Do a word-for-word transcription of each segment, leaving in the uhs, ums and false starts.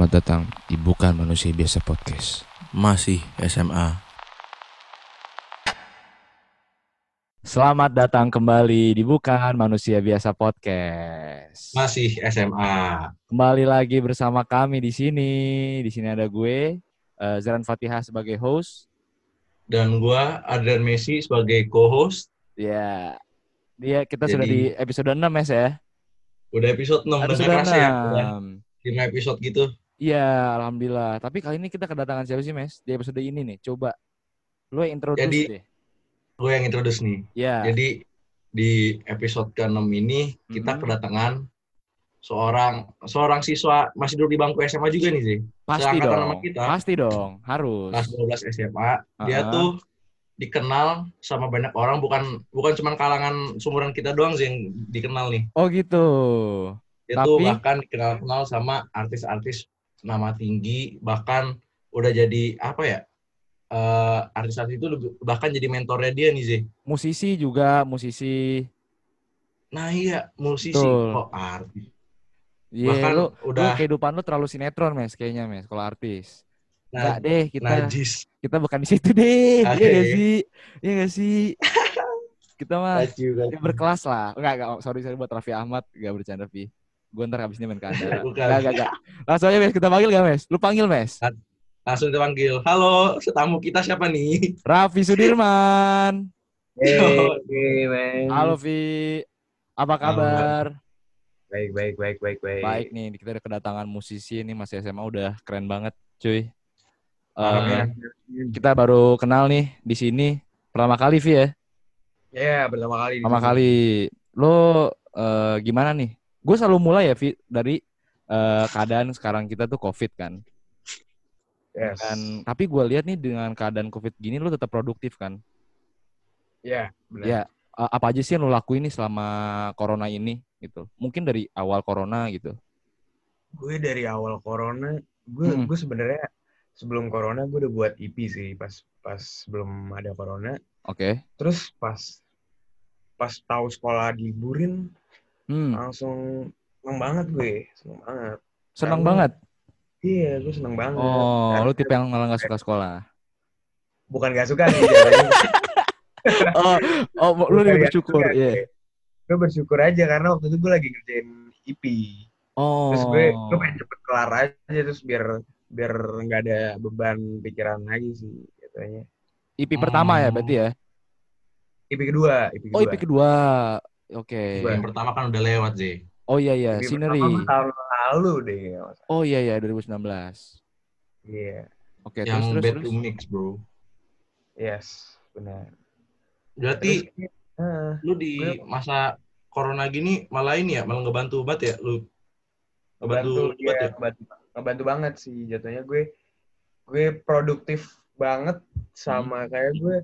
Selamat datang di Bukan Manusia Biasa Podcast. Masih S M A. Selamat datang kembali di Bukan Manusia Biasa Podcast. Masih S M A. Kembali lagi bersama kami di sini. Di sini ada gue, uh, Zeran Fatihah sebagai host. Dan gua Adrian Messi sebagai co-host. Ya, dia kita Jadi, sudah di episode enam Mes ya. Udah episode enam, udah Episode nggak kerasa ya. enam. Udah lima episode gitu. Iya, alhamdulillah. Tapi kali ini kita kedatangan siapa sih, Mes? Di episode ini nih. Coba lo yang introduce Jadi, deh. gue yang introduce nih. Ya. Jadi di episode keenam ini kita Mhm. kedatangan seorang seorang siswa masih duduk di bangku S M A juga nih sih. Pasti Seangkatan dong. sama kita. Pasti dong, harus. Kelas dua belas S M A. Dia Uh-huh. tuh dikenal sama banyak orang, bukan bukan cuma kalangan sumuran kita doang sih yang dikenal nih. Oh gitu. Dia Tapi- tuh bahkan dikenal-kenal sama artis-artis nama tinggi, bahkan udah jadi apa ya, uh, artis-artis itu lebih- bahkan jadi mentornya dia nih Zee. Musisi juga, musisi. Nah iya, musisi Betul. kok artis. Iya, Bahkan lu, udah- lu kehidupan lu terlalu sinetron, Mes, kayaknya, Mes, kalau artis. Nah, Enggak deh, kita najis. kita bukan di situ deh. Iya Oke. gak sih? Iya gak sih? Kita mah Najis kan. ya berkelas lah. Enggak, enggak, sorry, sorry buat Raffi Ahmad, enggak bercanda, Vi. Gue ntar habis ini main ke Andara. Bukan. Enggak, enggak, enggak. Langsung aja, Mes, kita panggil gak, Mes? Lu panggil, Mes? Langsung kita panggil. Halo, tamu kita siapa nih? Raffi Sudirman. Hey, man. Halo, Vi. Apa kabar? Baik, baik, baik, baik, baik. Baik nih, kita udah kedatangan musisi ini, masih S M A udah keren banget, cuy. Parah, Eh, ya. kita baru kenal nih di sini pertama kali, Vi ya. Ya, pertama kali. di Pertama sini. kali. Lo eh, gimana nih? Gue selalu mulai ya, Vi, dari eh, keadaan sekarang kita tuh COVID kan. Yes. Dan tapi gue lihat nih dengan keadaan COVID gini, lo tetap produktif kan? Ya, benar. Ya. eh, apa aja sih yang lo lakuin nih selama corona ini gitu? Mungkin dari awal corona gitu. Gue dari awal corona, gue Hmm. gue sebenarnya sebelum corona gue udah buat E P sih pas pas belum ada corona. Oke. Terus pas pas tahu sekolah diliburin, Hmm. langsung seneng banget gue, seneng banget. Senang Karena- banget. Iya, gue seneng banget. Oh, Karena lu tipe yang malah nggak suka sekolah. bukan gak suka sih jadinya. Oh, oh, lu Bukan udah gak bersyukur, suka, iya. gue. Gue bersyukur aja karena waktu itu gue lagi ngerjain E P. Oh. Terus gue gue pengen cepet kelar aja terus biar biar nggak ada beban pikiran lagi sih katanya. I P pertama ya Hmm. berarti ya? E P kedua, E P kedua. Oh, I P kedua. Oke. Yang pertama kan udah lewat Zee. Oh iya iya, E P Scenery. pertama mah tahun lalu deh. nggak masalah. Oh iya iya, dua ribu sembilan belas. Iya, Oke, Yang terus terus bad terus. to mix bro. yes, benar. Berarti Terus, eh, lu di gue- masa corona gini malah ini ya, malah ngebantu banget ya lu. Ngebantu ngebantu, banget ya, ya. ngebantu, ngebantu banget sih jatuhnya gue gue produktif banget sama Hmm. kayak gue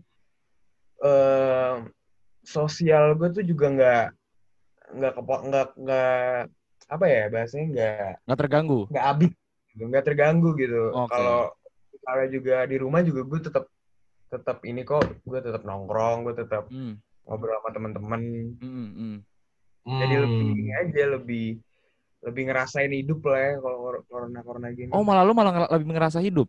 eh sosial gue tuh juga nggak nggak kepo nggak nggak apa ya bahasanya nggak Nggak terganggu. nggak habis gitu, nggak terganggu gitu. Oke. Kalau kalau juga di rumah juga gue tetap tetap ini kok gue tetap nongkrong, gue tetap Hmm. ngobrol sama teman-teman. Hmm, hmm. Jadi Hmm. lebih ini aja lebih lebih ngerasain hidup lah ya kalau corona corona gini. Oh, malah lu malah ngera- lebih ngerasa hidup.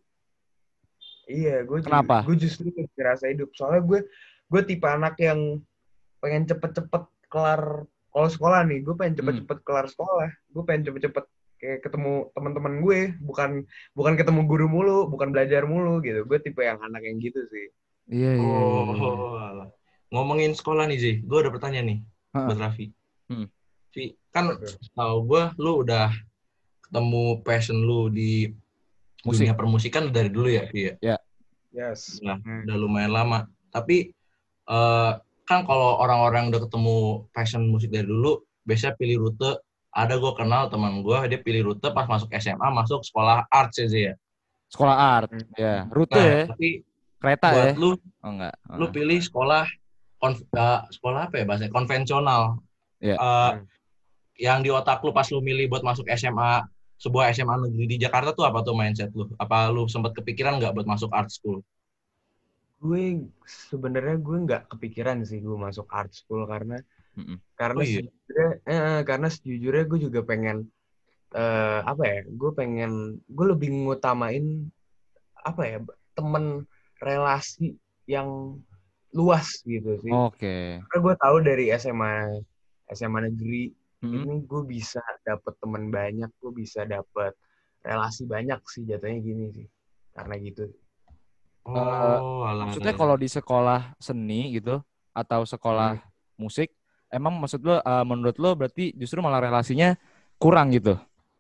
Iya, gue Kenapa? gue justru lebih ngerasa hidup. Soalnya gue gue tipe anak yang pengen cepet-cepet kelar kalau sekolah nih, gue pengen cepet-cepet kelar sekolah. Gue pengen cepet-cepet kayak ketemu teman-teman gue, bukan bukan ketemu guru mulu, bukan belajar mulu gitu. Gue tipe yang anak yang gitu sih. Iya iya. iya, iya. Oh, alah. Ngomongin sekolah nih Zee, gue ada pertanyaan nih Ha. buat Raffi. Hmm. Vi, kan Oke. tahu gue, lu udah ketemu passion lu di Musik. dunia permusikan dari dulu ya, Vi ya. Yes. Nah, Hmm. udah lumayan lama. Tapi eh, kan kalau orang-orang udah ketemu passion musik dari dulu, biasanya pilih rute. Ada gue kenal teman gue, dia pilih rute pas masuk S M A, masuk sekolah arts ya, Zee ya. Sekolah art. Hmm. Ya, rute Nah, ya. tapi Kereta buat ya. lu, Oh enggak. lu pilih sekolah konv- eh, sekolah apa ya bahasanya? Konvensional. Iya. Eh, Hmm. Yang di otak lu pas lu milih buat masuk S M A, sebuah S M A negeri di Jakarta tuh apa tuh mindset lu? Apa lu sempat kepikiran nggak buat masuk art school? Gue sebenarnya gue nggak kepikiran sih gue masuk art school karena Mm-mm. karena Oh, iya. sejujurnya eh, karena sejujurnya gue juga pengen uh, apa ya? Gue pengen, gue lebih ngutamain apa ya? Temen relasi yang luas gitu sih. Oke. Okay. Karena gue tahu dari S M A S M A negeri hmm. ini gue bisa dapet teman banyak, gue bisa dapet relasi banyak sih jatuhnya gini sih. Karena gitu. Uh, oh, maksudnya kalau di sekolah seni gitu atau sekolah hmm. musik, emang maksud lo uh, menurut lo berarti justru malah relasinya kurang gitu?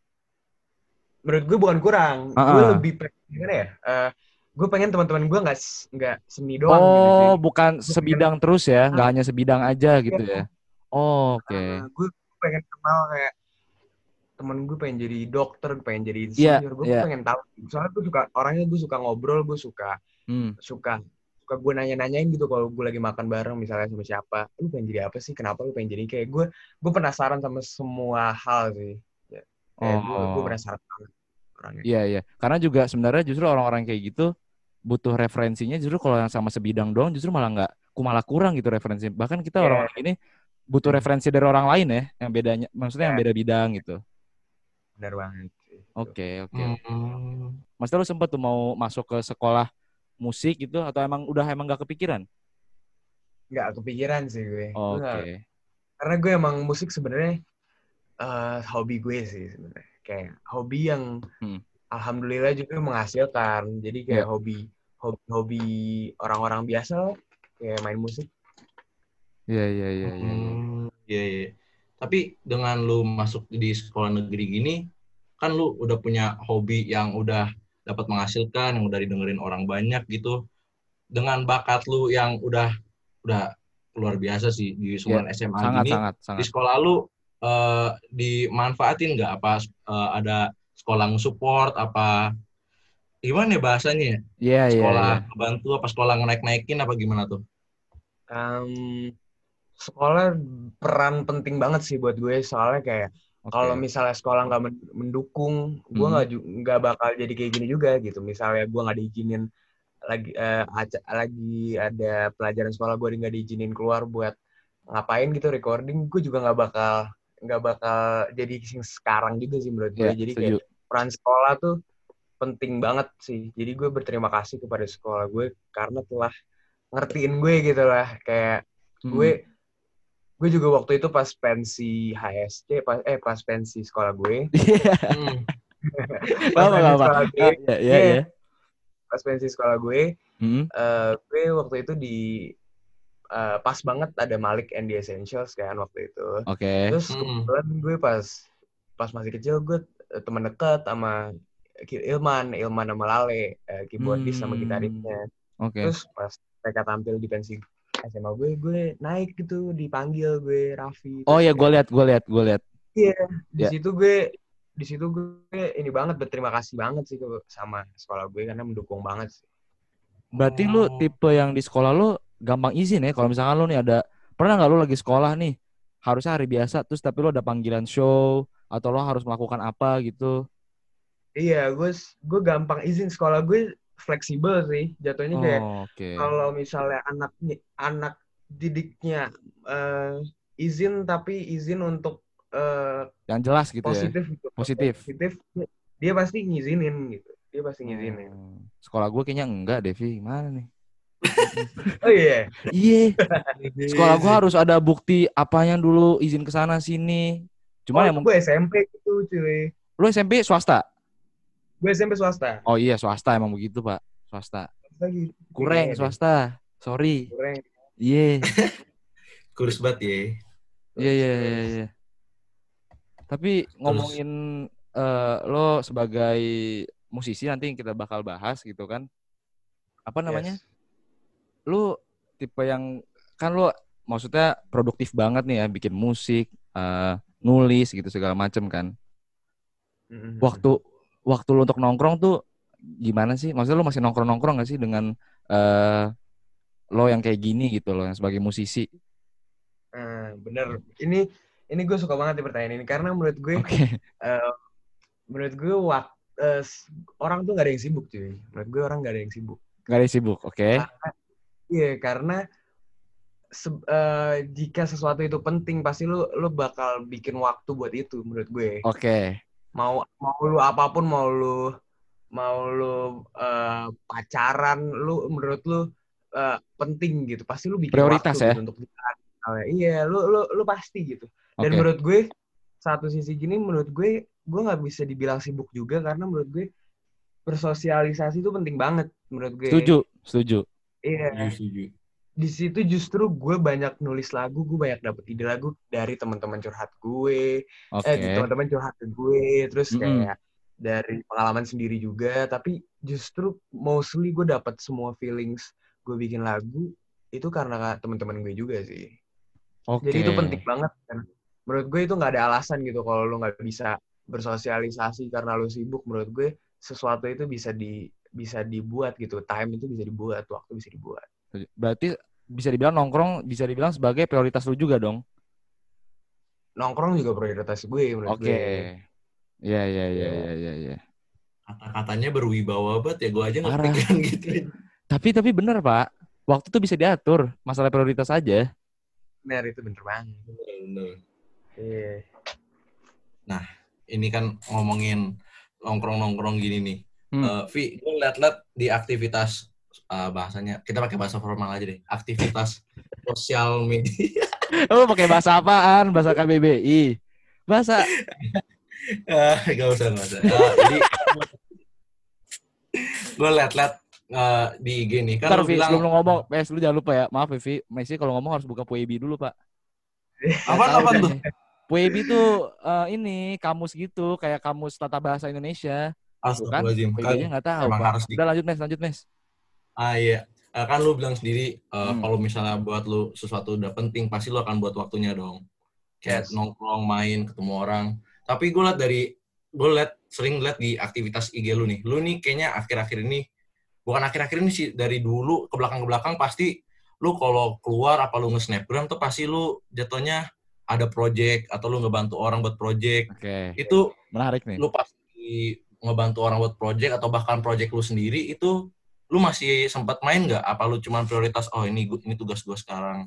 Menurut gue bukan kurang, uh-uh. gue lebih pengen gimana ya? Uh, gue pengen teman-teman gue nggak nggak seni doang. Oh, gitu sih. bukan Gua sebidang pengen, terus ya, nggak uh, hanya sebidang aja gitu ya? Oh, oke. Okay. Uh, gue pengen kenal kayak temen gue pengen jadi dokter, pengen jadi insinyur, yeah, gue yeah. pengen tahu. Soalnya gue suka orangnya, gue suka ngobrol, gue suka hmm. suka suka gue nanya-nanyain gitu kalau gue lagi makan bareng misalnya sama siapa, lu pengen jadi apa sih, kenapa lu pengen jadi kayak gue gue penasaran sama semua hal sih. Ya, kayak oh. gue gue penasaran banget orangnya. Iya iya, karena juga sebenarnya justru orang-orang kayak gitu butuh referensinya justru kalau yang sama sebidang doang justru malah nggak, ku malah kurang gitu referensi. Bahkan kita yeah. orang-orang ini butuh hmm. referensi dari orang lain ya, yang bedanya, maksudnya yeah. yang beda bidang gitu. Benar banget. Oke oke. Mas lu sempat tuh mau masuk ke sekolah musik gitu atau emang udah emang gak kepikiran? Gak kepikiran sih gue. Oke. Okay. Karena gue emang musik sebenarnya uh, hobi gue sih sebenarnya. Kayak hobi yang hmm. alhamdulillah juga menghasilkan. Jadi kayak yeah. hobi, hobi hobi orang-orang biasa kayak main musik. Iya iya iya iya. Iya iya. Tapi dengan lu masuk di sekolah negeri gini, kan lu udah punya hobi yang udah dapat menghasilkan, yang udah didengerin orang banyak gitu. Dengan bakat lu yang udah udah luar biasa sih di Suman yeah, S M A sangat, gini. Sangat, sangat. Di sekolah lu uh, dimanfaatin nggak apa uh, ada sekolah nge-support apa gimana ya bahasanya? Iya yeah, iya. Sekolah yeah, yeah. bantu apa sekolah ngenaik-naikin apa gimana tuh? Um, sekolah peran penting banget sih buat gue soalnya kayak okay. kalau misalnya sekolah nggak mendukung, gue nggak mm-hmm. nggak bakal jadi kayak gini juga gitu. Misalnya gue nggak diizinin lagi uh, aca- lagi ada pelajaran sekolah gue nggak diizinin keluar buat ngapain gitu recording, gue juga nggak bakal nggak bakal jadi sekarang juga sih menurut gue. Yeah, jadi setuju. Kayak peran sekolah tuh penting banget sih. Jadi gue berterima kasih kepada sekolah gue karena telah ngertiin gue gitu lah. Kayak hmm. gue gue juga waktu itu pas pensi H S C pas eh pas pensi sekolah gue. hmm. pas pensi sekolah gue. Ya ya ya. Pas pensi sekolah gue, hmm. uh, gue waktu itu di uh, pas banget ada Malik and the Essentials kan waktu itu. Oke. Okay. Terus kebetulan hmm. gue pas pas masih kecil gue teman dekat sama Ilman, Ilman sama Lale, uh, keyboardis hmm. sama gitarisnya. Oke. Okay. Terus pas mereka tampil di pensi S M A gue, gue naik gitu, dipanggil gue Raffi. Oh ya, gue lihat, gue lihat, gue lihat. Iya, di yeah. situ gue di situ gue ini banget berterima kasih banget sih ke sama sekolah gue karena mendukung banget sih. Berarti oh. lu tipe yang di sekolah lu gampang izin ya kalau misalkan lu nih ada, pernah nggak lu lagi sekolah nih harusnya hari biasa terus tapi lu ada panggilan show atau lu harus melakukan apa gitu? Iya, gue gue gampang izin, sekolah gue fleksibel sih jatuhnya kayak oh, okay. kalau misalnya anak anak didiknya uh, izin tapi izin untuk Uh, yang jelas gitu positif, ya gitu. positif positif dia pasti ngizinin gitu dia pasti ngizinin hmm. Sekolah gue kayaknya enggak Devi, gimana nih? Oh iya iya sekolah gue harus ada bukti apanya dulu izin ke sana sini oh, cuman yang gue S M P gitu cuy. Lu S M P swasta? Gue S M P swasta. Oh iya swasta emang begitu pak, swasta lagi kurang yeah, swasta sorry kurang iya yeah. Kurus banget ya. Iya iya iya iya. Tapi ngomongin uh, lo sebagai musisi nanti yang kita bakal bahas gitu kan. Apa namanya? Yes. Lu tipe yang kan lo maksudnya produktif banget nih ya bikin musik, uh, nulis gitu segala macem kan. Mm-hmm. Waktu waktu lo untuk nongkrong tuh gimana sih? Maksudnya lo masih nongkrong-nongkrong gak sih dengan uh, lo yang kayak gini gitu lo yang sebagai musisi? Uh, bener. Ini Ini gue suka banget di pertanyaan ini karena menurut gue, okay. uh, menurut gue wak, uh, orang tuh nggak ada yang sibuk cuy. Menurut gue orang nggak ada yang sibuk. Nggak ada yang sibuk, oke? Okay. Iya karena se- uh, jika sesuatu itu penting pasti lu lu bakal bikin waktu buat itu menurut gue. Oke. Okay. Mau mau lu apapun, mau lu mau lu uh, pacaran, lu menurut lu uh, penting gitu, pasti lu bikin Prioritas waktu ya. gitu untuk jalan. Iya, lu lu lu pasti gitu. Dan Oke. menurut gue satu sisi gini, menurut gue gue nggak bisa dibilang sibuk juga, karena menurut gue bersosialisasi itu penting banget menurut gue. Setuju, setuju. Iya. Setuju, setuju. Di situ justru gue banyak nulis lagu, gue banyak dapet ide lagu dari teman-teman curhat gue, Oke. eh teman-teman curhat ke gue, terus Mm-mm. kayak dari pengalaman sendiri juga. Tapi justru mostly gue dapet semua feelings gue bikin lagu itu karena teman-teman gue juga sih. Oke. Jadi itu penting banget kan. Menurut gue itu nggak ada alasan gitu kalau lu nggak bisa bersosialisasi karena lu sibuk. Menurut gue sesuatu itu bisa di bisa dibuat gitu, time itu bisa dibuat, waktu bisa dibuat. Berarti bisa dibilang nongkrong bisa dibilang sebagai prioritas lu juga dong. Nongkrong juga prioritas gue menurut Oke. gue. Iya, iya, iya, Iya. iya, iya, iya. Kata-katanya berwibawa banget ya, gue aja nggak Parah. kepikiran gitu. Tapi tapi bener Pak, waktu tuh bisa diatur, masalah prioritas aja. Bener, itu bener banget. Bener. Iya. Nah, ini kan ngomongin nongkrong-nongkrong gini nih. Hmm. Uh, Vi, gue liat-liat di aktivitas uh, bahasanya, kita pakai bahasa formal aja deh. Aktivitas sosial media. Oh, pakai bahasa apaan? Bahasa K B B I. Bahasa uh, gak usah, gak usah. Uh, jadi gue liat-liat uh, di I G nih. Kan Ntar, lu Vi, bilang, sebelum lu ngomong, Pes, lu jangan lupa ya. Maaf ya, Vi. Messi kalau ngomong harus buka Puebi dulu, Pak. apaan-apaan tuh? Puebi tuh uh, ini kamus gitu, kayak kamus tata bahasa Indonesia. Tuh kan? Astagfirullahaladzim. Puebi-nya nggak tahu, Emang Pak. harus di... Udah lanjut, Mes, lanjut, Mes. Ah iya, uh, kan lu bilang sendiri uh, Hmm. kalau misalnya buat lu sesuatu udah penting, pasti lu akan buat waktunya dong. Kayak Yes. nongkrong, main, ketemu orang. Tapi gue liat dari, gue liat sering liat di aktivitas I G lu nih. Lu nih kayaknya akhir-akhir ini, bukan akhir-akhir ini sih, dari dulu ke belakang-ke-belakang pasti lu kalau keluar apa lu nge-snapgram tuh pasti lu jatuhnya ada project atau lu ngebantu orang buat project. Oke. Itu Menarik nih. lu pasti ngebantu orang buat project atau bahkan project lu sendiri itu lu masih sempat main nggak? Apa lu cuma prioritas oh ini gua, ini tugas gue sekarang?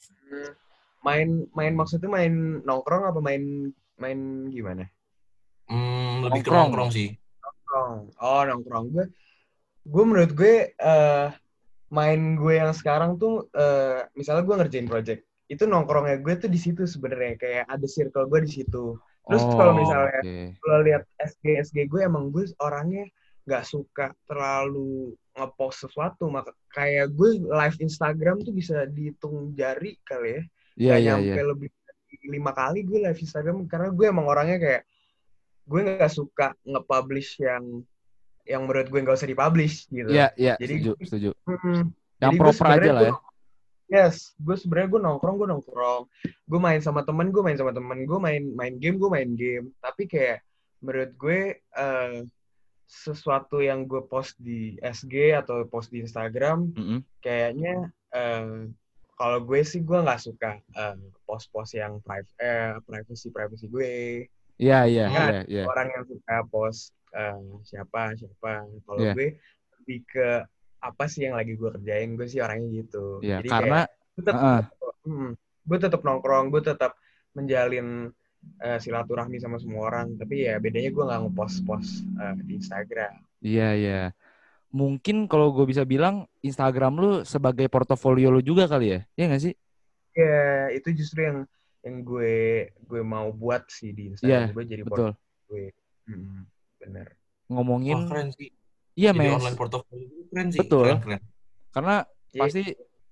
Main main maksudnya main nongkrong apa main main gimana? Hmm, lebih ke Nongkrong. nongkrong sih. Nongkrong. Oh, nongkrong. Gue gue menurut gue uh, main gue yang sekarang tuh uh, misalnya gue ngerjain project. Itu nongkrongnya gue tuh di situ sebenarnya, kayak ada circle gue di situ. Terus Oh, kalau misalnya okay. kalau lihat S G S G gue, emang gue orangnya nggak suka terlalu ngepost sesuatu, maka kayak gue live Instagram tuh bisa dihitung jari kali ya. Iya, Gak iya, nyampe iya. lebih dari lima kali gue live Instagram, karena gue emang orangnya kayak gue nggak suka nge-publish yang yang menurut gue nggak usah dipublish gitu. Iya, iya, Jadi setuju, setuju. mm, Yang jadi gue proper aja sebenarnya lah ya. gue- Yes, gue sebenarnya gue nongkrong, gue nongkrong, gue main sama temen, gue main sama temen, gue main main game, gue main game. Tapi kayak menurut gue uh, sesuatu yang gue post di S G atau post di Instagram, Mm-hmm. kayaknya uh, kalau gue sih gue nggak suka uh, post-post yang private, eh, privacy privacy gue. Iya, iya, Kan iya, iya. orang yang suka post uh, siapa siapa. Kalau Yeah. gue lebih ke apa sih yang lagi gue kerjain, gue sih orangnya gitu. Iya, Jadi karena kayak gue tetap, uh-uh. hmm, gue tetap nongkrong, gue tetap menjalin uh, silaturahmi sama semua orang. Tapi ya bedanya gue nggak ngepost-post uh, di Instagram. Iya, iya. Mungkin kalau gue bisa bilang Instagram lu sebagai portofolio lu juga kali ya? Iya nggak sih? Ya itu justru yang yang gue gue mau buat sih di Instagram. Iya, Gue jadi betul. portfolio gue. Hmm, bener. Ngomongin, Wah, keren sih. iya Jadi Mes. online portfolio keren sih. Betul. Keren, keren. Karena Iya. pasti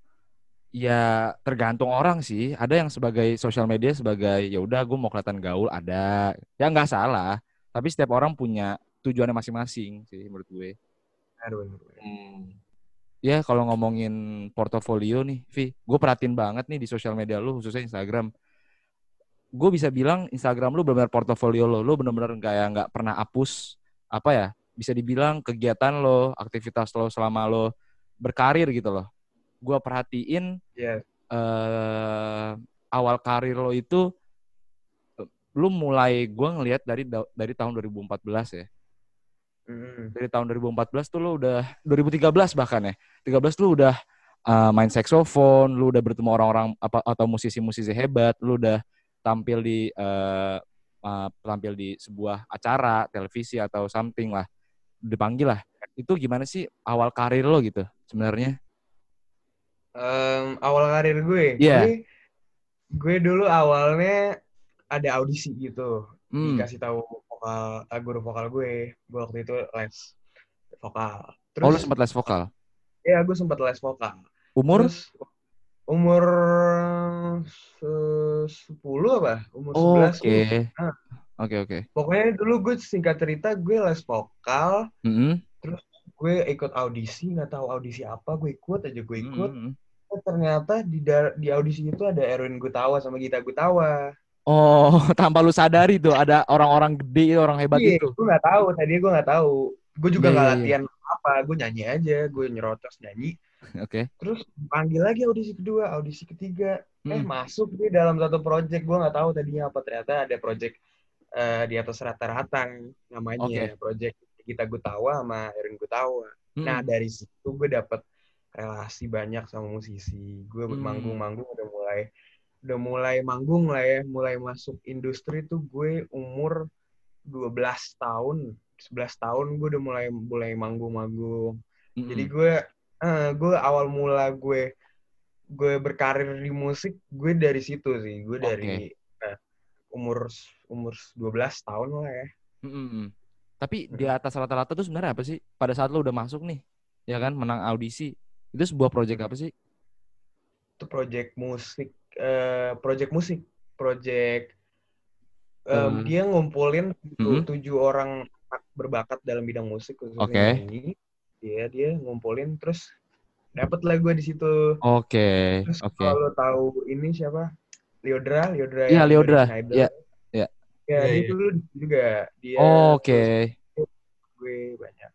ya tergantung orang sih. Ada yang sebagai sosial media sebagai ya udah gue mau kelihatan gaul, ada. Ya nggak salah. Tapi setiap orang punya tujuannya masing-masing sih menurut gue. Aduh, bener, bener. Hmm. Ya kalau ngomongin portofolio nih, Vi, gue perhatiin banget nih di sosial media lu, khususnya Instagram. Gue bisa bilang Instagram lu benar-benar portofolio lo, lu benar-benar kayak nggak pernah hapus apa ya? Bisa dibilang kegiatan lo, aktivitas lo selama lo berkarir gitu loh. Gue perhatiin Yes. eh, awal karir lo itu, lu mulai gue ngelihat dari dari tahun dua ribu empat belas ya. Mm. Dari tahun dua ribu empat belas tuh lo udah, dua ribu tiga belas bahkan ya, tiga belas lu udah uh, main saksofon, lu udah bertemu orang-orang apa atau musisi-musisi hebat, lu udah tampil di uh, uh, tampil di sebuah acara televisi atau something lah, dipanggil lah. Itu gimana sih awal karir lo gitu sebenarnya? Um, awal karir gue, Iya. gue, gue dulu awalnya ada audisi gitu, Hmm. dikasih tahu vokal, uh, guru vokal gue, gue waktu itu les vokal. Terus, Oh, lo sempat les vokal? Iya, gue sempat les vokal. Umur? Terus umur sepuluh apa? Umur sebelas. Oke. Oke, oke. Pokoknya dulu gue singkat cerita gue les vokal. Mm-hmm. Terus gue ikut audisi, nggak tahu audisi apa, gue ikut aja gue ikut. Mm-hmm. Ternyata di di audisi itu ada Erwin Gutawa sama Gita Gutawa. Oh, tanpa lu sadari tuh ada orang-orang gede, orang hebat Iya, itu. gue nggak tahu, tadi gue nggak tahu. Gue juga Iya, nggak iya, iya. latihan apa, gue nyanyi aja, gue nyerocos nyanyi. Oke. Terus panggil lagi audisi kedua, audisi ketiga, eh Hmm. masuk dia dalam satu project. Gue nggak tahu tadinya apa, ternyata ada project uh, di atas rata-rata namanya, Oke. project Gita Gutawa sama Erwin Gutawa. Hmm. Nah dari situ gue dapet relasi banyak sama musisi. Gue Hmm. manggung-manggung udah mulai udah mulai manggung lah ya, mulai masuk industri tuh gue umur dua belas tahun, sebelas tahun gue udah mulai mulai manggung-manggung. Hmm. Jadi gue uh, gue awal mula gue gue berkarir di musik gue dari situ sih. Gue dari okay. uh, umur umur dua belas tahun lah ya. Hmm. Tapi di atas rata-rata tuh sebenarnya apa sih? Pada saat lo udah masuk nih, ya kan, menang audisi, itu sebuah project apa sih? Itu project musik, uh, project musik, project um, uh, dia ngumpulin tujuh, hmm. tujuh orang berbakat dalam bidang musik khususnya okay. nyanyi. Dia dia ngumpulin terus dapet lah gue di situ. Oke. Okay. Terus okay. kalau tahu ini siapa? Liodra, Liodra Iya, yang Liodra. Iya. Ya. Ya, dia dulu juga dia. Oh, oke. Okay. Gue banyak.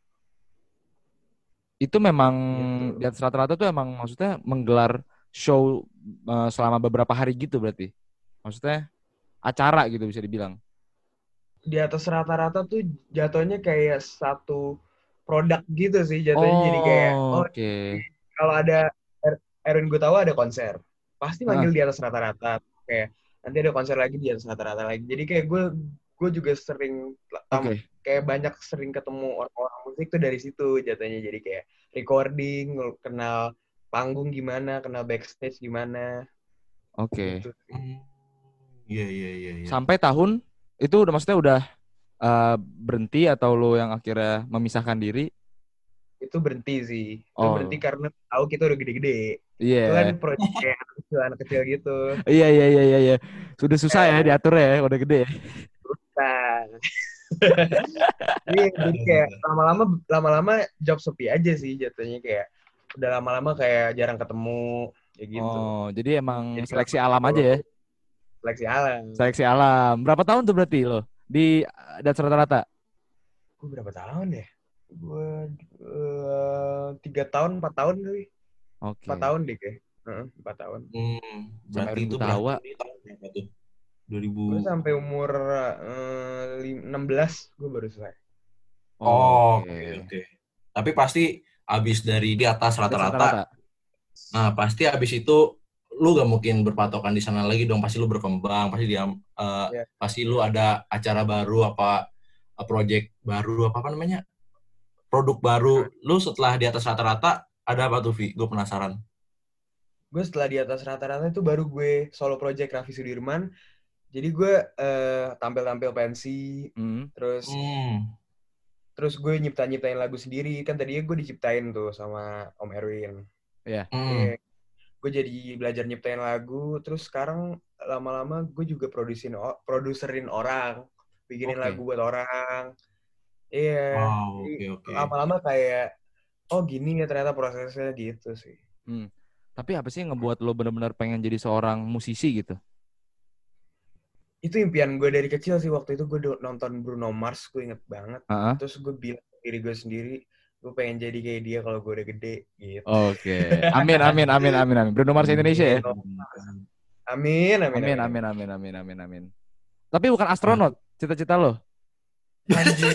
Itu memang gitu. Di atas rata-rata tuh emang maksudnya menggelar show uh, selama beberapa hari gitu berarti. Maksudnya acara gitu bisa dibilang. Di atas rata-rata tuh jatuhnya kayak satu produk gitu sih jatuhnya. Oh, jadi kayak oh okay. Kalau ada Erwin Gutawa ada konser. Pasti manggil uh. di atas rata-rata. Kayak nanti ada konser lagi di atas rata-rata lagi. Jadi kayak gue gue juga sering okay. kayak banyak sering ketemu orang-orang musik tuh dari situ jatuhnya. Jadi kayak recording, kenal panggung gimana, kenal backstage gimana. Oke. Iya, gitu. iya, iya, iya. Sampai tahun itu udah maksudnya udah uh, berhenti atau lo yang akhirnya memisahkan diri? Itu berhenti sih. Itu oh. berhenti karena tahu kita udah gede-gede. Iya. Yeah. Itu kan proyek kayak anak kecil, anak kecil gitu. Iya, iya, iya, iya, iya. Sudah susah eh, ya diatur ya, udah gede ya. Susah. Iya, jadi kayak lama-lama lama-lama job sepi aja sih jatuhnya, kayak udah lama-lama kayak jarang ketemu kayak gitu. Oh, jadi emang jadi seleksi alam aja ya? Seleksi alam. Seleksi alam. Berapa tahun tuh berarti lo di atas rata-rata? Gue berapa tahun ya? Gue uh, tiga tahun, empat tahun kali. Oke. Empat tahun deh kayak. Uh, empat tahun. Hmm, berarti sampai itu tawa. Berapa tuh? dua ribu Gue sampai umur uh, enam belas gue baru selesai. Oh, oke, okay. oke. Okay. Tapi pasti abis dari di atas rata-rata. Nah, pasti abis itu lu gak mungkin berpatokan di sana lagi dong. Pasti lu berkembang, pasti dia uh, yeah. pasti lu ada acara baru apa project baru apa apa namanya? Produk baru. Lu setelah di atas rata-rata ada apa tuh, Vi? Gue penasaran. Gue setelah di atas rata-rata itu baru gue solo project Raffi Sudirman. Jadi gue uh, tampil-tampil pensi, mm. terus mm. terus gue nyiptain-nyiptain lagu sendiri. Kan tadinya gue diciptain tuh sama Om Erwin. Iya. Yeah. Mm. Gue jadi belajar nyiptain lagu. Terus sekarang lama-lama gue juga produsin produserin orang, bikinin okay. lagu buat orang. Iya. Yeah. Wow, okay, okay. Lama-lama kayak oh gini ya ternyata prosesnya gitu sih. Hmm. Tapi apa sih yang ngebuat lo benar-benar pengen jadi seorang musisi gitu? Itu impian gue dari kecil sih. Waktu itu gue nonton Bruno Mars, gue inget banget. Uh-huh. Terus gue bilang diri gue sendiri, gue pengen jadi kayak dia kalau gue udah gede gitu. Oke. Okay. Amin, amin, amin, amin, amin. Bruno Mars Indonesia ya? Amin, amin, amin, amin, amin, amin, amin, amin. Tapi bukan astronot, cita-cita lo? Anjir.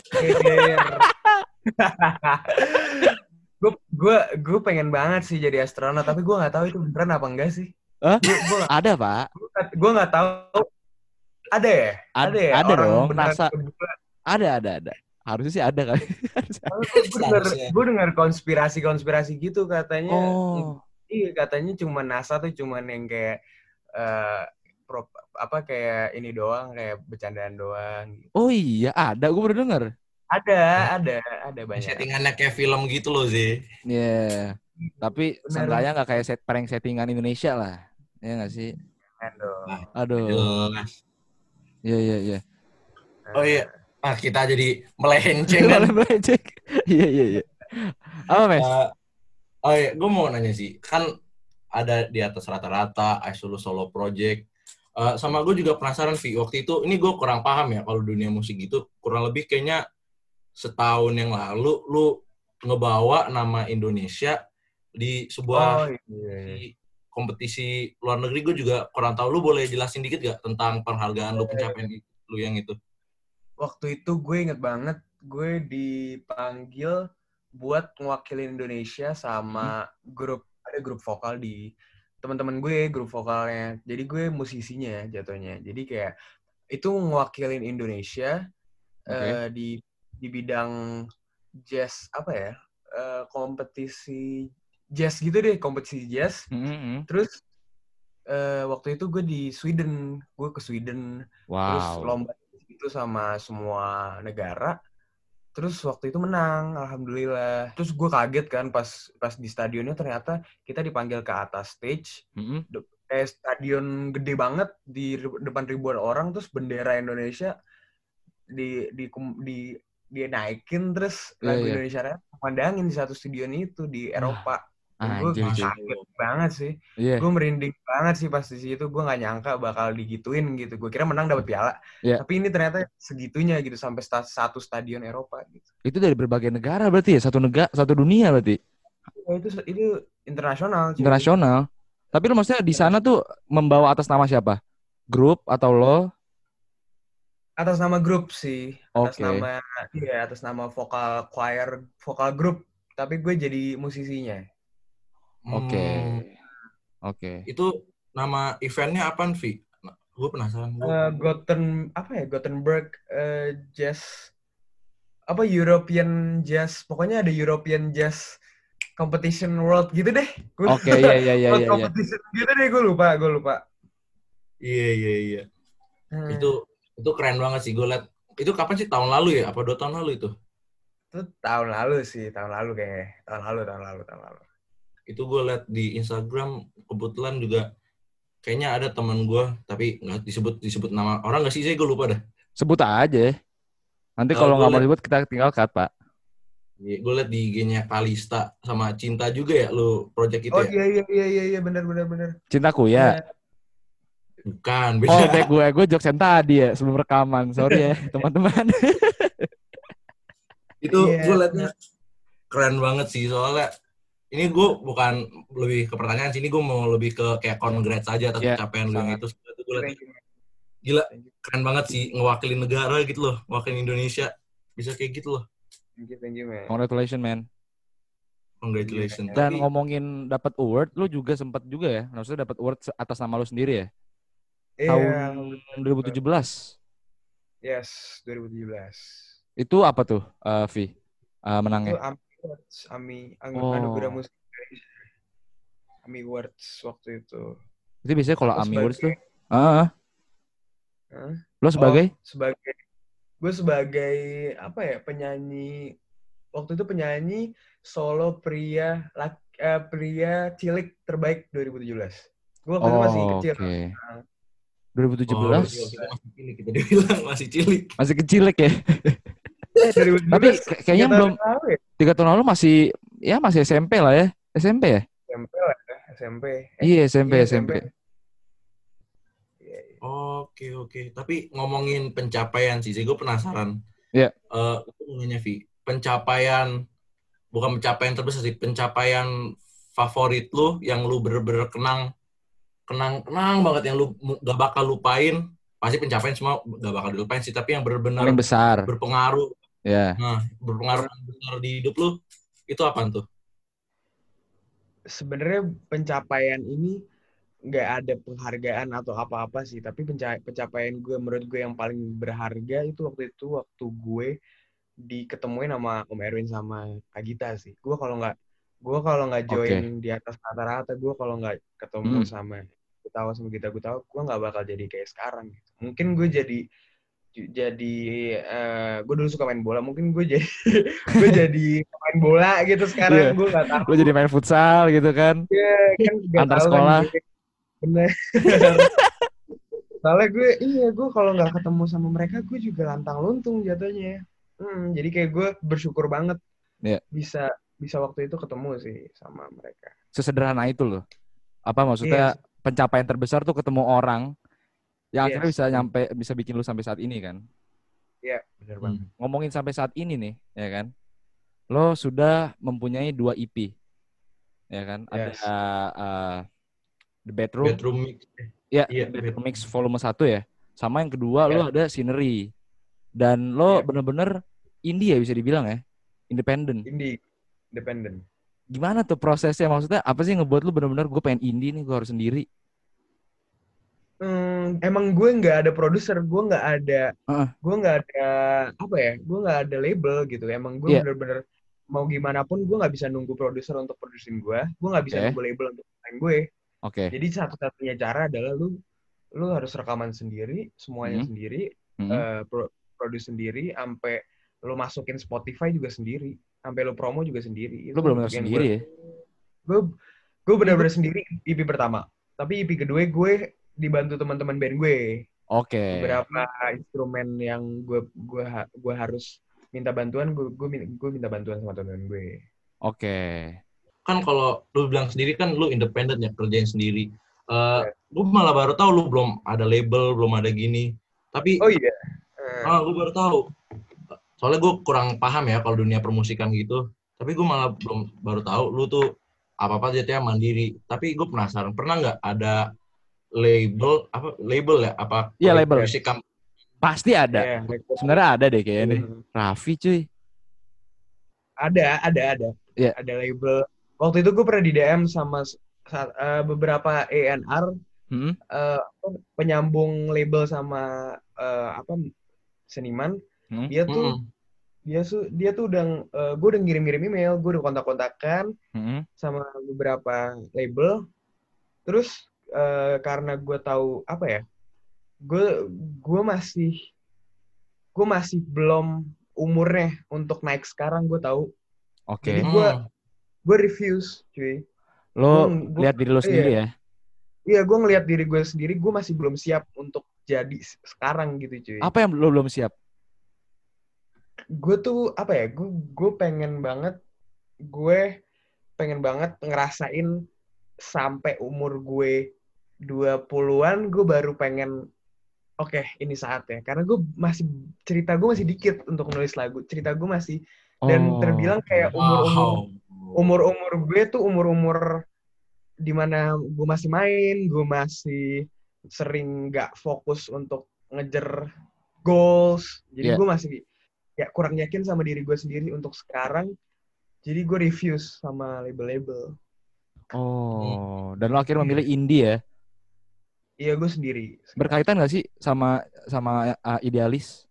gue gue gue pengen banget sih jadi astronot, tapi gue nggak tahu itu beneran apa enggak sih. Huh? Gua, gua gak, ada pak. Gue nggak tahu. Ada ya? Ad, Ada ya? ada Orang dong, beneran NASA. ke bulan. Ada, ada, ada. Harusnya sih ada kali. Gue dengar, gue dengar konspirasi-konspirasi gitu katanya. Oh. Iya, katanya cuma NASA tuh cuman yang kayak uh, pro, apa kayak ini doang, kayak bercandaan doang. Gitu. Oh iya, ada. Gue baru denger. Ada, ada, ada banyak. Settingannya kayak film gitu loh, Zee. Iya. Yeah. Tapi Bener. seenggaknya nggak kayak set prank settingan Indonesia lah. Ya nggak sih? Aduh. Aduh. Jelas. Iya, iya, iya. Oh iya. Ah, kita jadi melenceng kan. Melenceng. Iya, iya, iya. Apa, Mes? Uh, oh iya, gue mau nanya sih. Kan ada di atas rata-rata, Aisulu Solo Project. Uh, sama gue juga penasaran, Vi. Waktu itu, ini gue kurang paham ya kalau dunia musik gitu. Kurang lebih kayaknya setahun yang lalu, lu ngebawa nama Indonesia di sebuah oh, iya. di kompetisi luar negeri. Gue juga kurang tahu. Lu boleh jelasin dikit gak tentang penghargaan lu, pencapaian lu yang itu? Waktu itu gue inget banget, gue dipanggil buat ngewakilin Indonesia sama hmm. grup, ada grup vokal di teman-teman gue, grup vokalnya. Jadi gue musisinya jatuhnya. Jadi kayak itu ngewakilin Indonesia okay. uh, di di bidang jazz apa ya? Uh, kompetisi jazz gitu deh, kompetisi jazz. Mm-hmm. Terus uh, waktu itu gue di Sweden, gue ke Sweden. Wow. Terus lomba itu sama semua negara. Terus waktu itu menang, alhamdulillah. Terus gue kaget kan pas pas di stadionnya ternyata kita dipanggil ke atas stage. Mm-hmm. Kayak stadion gede banget di depan ribuan orang, terus bendera Indonesia di di di dia naikin, terus yeah, lagu yeah. Indonesia Raya pandangin di satu stadion itu di Eropa. Ah, gue anjir, kaget banget sih. Yeah. Gue merinding banget sih pas di situ. Gue nggak nyangka bakal digituin gitu. Gue kira menang dapat piala. Yeah. Tapi ini ternyata segitunya gitu sampai sta- satu stadion Eropa gitu. Itu dari berbagai negara berarti ya? Satu negara, satu dunia berarti? Ya, itu itu internasional. Cuy. Internasional. Tapi lo maksudnya di sana tuh membawa atas nama siapa? Grup atau lo? Atas nama grup sih. Atas okay. nama iya, atas nama vokal choir, vokal grup. Tapi gue jadi musisinya. Oke, okay. Hmm. oke. Okay. Itu nama eventnya apaan, Vi? Nah, gue penasaran. Uh, Gothen apa ya? Gothenburg uh, Jazz apa European Jazz? Pokoknya ada European Jazz Competition World gitu deh. Oke, okay, iya iya iya iya. Competition gitu deh, gue lupa, gue lupa. Iya iya iya. Hmm. Itu itu keren banget sih gue liat. Itu kapan sih? Tahun lalu ya? Apa dua tahun lalu itu? Itu tahun lalu sih, tahun lalu kayaknya. Tahun lalu, tahun lalu, tahun lalu. Itu gue liat di Instagram, kebetulan juga kayaknya ada teman gue, tapi nggak disebut disebut nama orang nggak sih? Saya gue lupa dah. Sebut aja. Nanti kalau nggak uh, mau disebut kita tinggal cut, Pak. Iya, gue liat di I G-nya Kalista sama Cinta juga ya, lu project itu oh, ya? Oh iya iya iya iya iya benar benar benar. Cintaku ya. ya. Bukan, beda. Oh, tag gue, gue jokes yang tadi ya sebelum rekaman. Sorry ya, teman-teman. Itu yeah. gue liatnya keren banget sih, soalnya ini gue bukan lebih ke pertanyaan sih, ini gue mau lebih ke kayak congrats aja atas yeah, pencapaian lu yang itu. Gue liat, gila, keren banget sih ngewakilin negara gitu loh, ngewakilin Indonesia. Bisa kayak gitu loh. Thank you, thank you, man. Congratulations, man. Congratulations. Dan Tapi, ngomongin dapat award, lu juga sempat juga ya, maksudnya dapat award atas nama lu sendiri ya? Iya. Tahun dua ribu tujuh belas. Yes, dua ribu tujuh belas. Itu apa tuh, uh, Vi? Uh, menangnya? Itu AMI Awards, AMI, oh. Anugerah Musik AMI Awards waktu itu. Itu biasanya kalau AMI Awards tuh? Ah. Huh? Lo sebagai? Oh, sebagai gue sebagai apa ya penyanyi waktu itu penyanyi solo pria laki, uh, pria cilik terbaik dua ribu tujuh belas. Gue waktu oh, itu masih kecil. Okay. Nah. dua ribu tujuh belas. Oh, kita masih cilik, kita dibilang masih cilik. Masih kecilik ya. eh, dua ribu tujuh belas, tapi kayaknya belum ya? tiga tahun lalu masih ya masih S M P lah ya. S M P ya? S M P lah ya, S M P. Eh, iya, S M P, iya, S M P. Oke, oke. Tapi ngomongin pencapaian sih, gue penasaran. Iya. Yeah. Uh, aku nanya, Vi, pencapaian, bukan pencapaian terbesar sih, pencapaian favorit lu yang lu bener-bener kenang, kenang, kenang banget, yang lu gak bakal lupain. Pasti pencapaian semua gak bakal dilupain sih, tapi yang bener-bener paling besar, berpengaruh. Iya. Yeah. Nah, berpengaruh besar di hidup lu, itu apaan tuh? Sebenarnya pencapaian ini nggak ada penghargaan atau apa-apa sih, tapi penca- pencapaian gue menurut gue yang paling berharga itu waktu itu waktu gue diketemuin sama Om Erwin sama Kak Gita sih. Gue kalau nggak gue kalau nggak Oke. join di atas rata-rata, gue kalau nggak ketemu Hmm. sama Gutawa sama Gita Gutawa, gue nggak bakal jadi kayak sekarang. Gitu. Mungkin gue jadi jadi uh, gue dulu suka main bola, mungkin gue jadi gue jadi main bola gitu sekarang. Iya. Gue nggak tahu. Lo jadi main futsal gitu kan? Ya, kan nggak Antar tahu sekolah. kan gue. Bener. Soalnya gue, iya gue kalau nggak ketemu sama mereka, gue juga lantang luntung jatuhnya. Hmm, jadi kayak gue bersyukur banget Iya. bisa bisa waktu itu ketemu sih sama mereka. Sesederhana itu loh. Apa maksudnya Yes. pencapaian terbesar tuh ketemu orang yang akhirnya Yes. bisa nyampe, bisa bikin lu sampai saat ini kan? Iya, benar banget. Hmm. Ngomongin sampai saat ini nih, ya kan? Lo sudah mempunyai dua E P, ya kan? Yes. Ada uh, The Bedroom, Bedroom mix. ya, Iya, The Bedroom bedroom. Mix volume satu ya. Sama yang kedua Iya. lo ada Scenery. Dan lo Iya. bener-bener indie ya bisa dibilang ya? Independen. Indie, independent. Gimana tuh prosesnya? Maksudnya apa sih yang ngebuat lu bener-bener gue pengen indie nih, gue harus sendiri? Hmm, emang gue nggak ada produser, gue nggak ada, Uh-uh. gue nggak ada apa ya, gue nggak ada label gitu. Emang gue Iya. bener-bener mau gimana pun gue nggak bisa nunggu produser untuk produsin gue, gue nggak bisa Oke. nunggu label untuk main gue. Oke. Jadi satu-satunya cara adalah lu, lu harus rekaman sendiri, semuanya Hmm. sendiri, Hmm. eh, pro- produce sendiri, sampai lu masukin Spotify juga sendiri, sampai lu promo juga sendiri. Lu Itu bener-bener yang sendiri ya? Gue gue benar-benar sendiri E P pertama. Tapi E P kedua gue dibantu teman-teman band gue. Oke. Beberapa instrumen yang gue gue gue harus minta bantuan, gue gue gue minta bantuan sama teman gue. Oke. Kan kalau lu bilang sendiri kan lu independen ya, kerjain sendiri. Uh, Yeah. Gue malah baru tahu lu belum ada label, belum ada gini. Tapi Oh iya. Uh, ah, gue baru tahu. Soalnya gue kurang paham ya kalau dunia permusikan gitu. Tapi gue malah belum baru tahu lu tuh apa-apa jatuhnya mandiri. Tapi gue penasaran, pernah nggak ada label apa label ya apa Iya, label. musik kam- Pasti ada. yeah, like, Sebenarnya ada deh kayaknya deh. Hmm. Raffi cuy. Ada, ada, ada. Yeah. Ada label. Waktu itu gue pernah di D M sama uh, beberapa A and R Hmm. uh, penyambung label sama uh, apa seniman. Hmm. Dia tuh Mm-mm. dia tuh dia tuh udah uh, gue udah ngirim-ngirim email, gue udah kontak-kontakan Hmm. sama beberapa label. Terus uh, karena gue tahu apa ya, gue gue masih gue masih belum umurnya untuk naik sekarang, gue tahu. Oke. Jadi gue Hmm. gue refuse, cuy. Lo Gua- gua- lihat diri lo sendiri ya? Iya, gue ngelihat diri gue sendiri, gue masih belum siap untuk jadi sekarang gitu, cuy. Apa yang lo belum siap? Gue tuh apa ya? Gue gue pengen banget, gue pengen banget ngerasain sampai umur gue dua puluhan, gue baru pengen oke, okay, ini saatnya. Karena gue masih cerita gue masih dikit untuk nulis lagu. Cerita gue masih dan Oh. terbilang kayak umur-umur Wow. umur-umur gue tuh umur-umur dimana gue masih main, gue masih sering nggak fokus untuk ngejar goals. Jadi Yeah. gue masih ya kurang yakin sama diri gue sendiri untuk sekarang. Jadi gue refuse sama label-label. Oh. Dan lo akhirnya memilih indie ya? Iya, gue sendiri. Berkaitan nggak sih sama sama uh, idealis?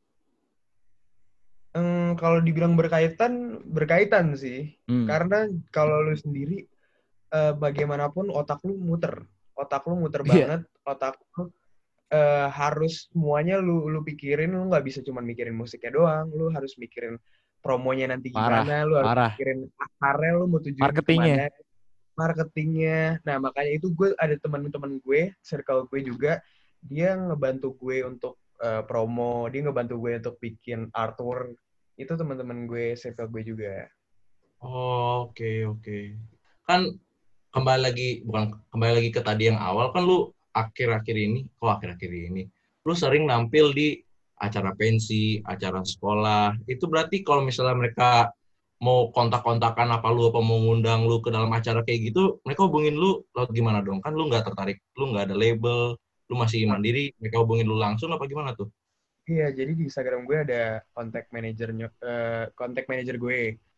Hmm, kalau dibilang berkaitan, berkaitan sih. Hmm. Karena kalau lu sendiri, uh, bagaimanapun otak lu muter. Otak lu muter Iya. banget. Otak lu uh, harus semuanya lu lu pikirin. Lu nggak bisa cuma mikirin musiknya doang. Lu harus mikirin promonya nanti Parah, gimana. Lu harus parah. mikirin akarnya lu mau tujuin Marketingnya. kemana. Marketingnya. Nah, makanya itu gue ada teman-teman gue, circle gue juga. Dia ngebantu gue untuk uh, promo. Dia ngebantu gue untuk bikin artwork. Itu teman-teman gue, circle gue juga. Oh, oke oke. Kan kembali lagi bukan kembali lagi ke tadi yang awal kan lu akhir-akhir ini, kok akhir-akhir ini, lu sering nampil di acara pensi, acara sekolah. Itu berarti kalau misalnya mereka mau kontak-kontakan apa lu apa mau ngundang lu ke dalam acara kayak gitu, mereka hubungin lu lewat gimana dong? Kan lu nggak tertarik, lu nggak ada label, lu masih mandiri, mereka hubungin lu langsung apa gimana tuh? Iya, jadi di Instagram gue ada kontak manajernya, uh, kontak manajer gue.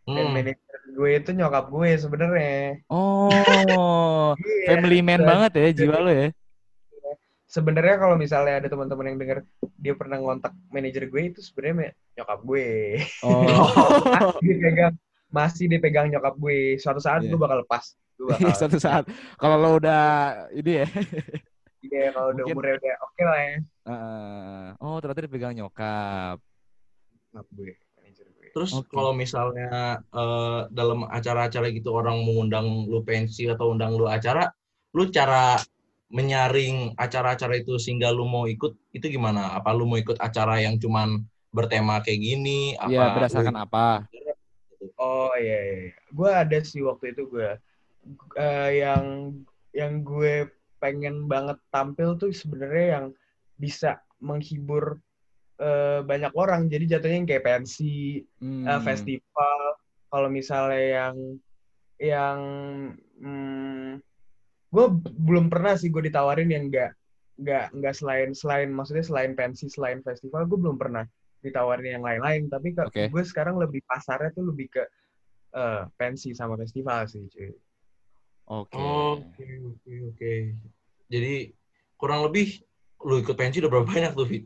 Dan Hmm. manajer gue itu nyokap gue sebenarnya. Oh, Iya, family man dan- banget ya jiwa lo ya. sebenarnya kalau misalnya ada teman-teman yang denger dia pernah ngontak manajer gue itu sebenarnya me- nyokap gue. Oh. masih dipegang, masih dipegang nyokap gue. Suatu saat Iya. gue bakal lepas. Gue Iya, bakal. suatu saat kalau lo udah ini ya. Iya, kalau udah Mungkin- umurnya udah oke lah ya. Uh, oh, ternyata dipegang nyokap. Nyokap gue, manajer gue. Terus Oke. kalau misalnya eh, dalam acara-acara gitu orang mengundang lu pensi atau undang lu acara, lu cara menyaring acara-acara itu sehingga lu mau ikut itu gimana? Apa lu mau ikut acara yang cuman bertema kayak gini? Iya, Apa berdasarkan lu- apa? Oh iya, iya, iya. Gue ada sih waktu itu gue eh, yang yang gue pengen banget tampil tuh sebenarnya yang bisa menghibur eh, banyak orang. Jadi jatuhnya yang kayak pensi, Hmm. eh, festival. Kalau misalnya yang yang hmm, gue belum pernah sih gue ditawarin yang enggak enggak enggak selain selain maksudnya selain pensi, selain festival, gue belum pernah ditawarin yang lain-lain. Tapi ke, Oke. gue sekarang lebih pasarnya tuh lebih ke eh, pensi sama festival sih, cuy. Oke. Oke, oke, oke. Jadi kurang lebih lu ikut pensi udah berapa banyak tuh, Fit?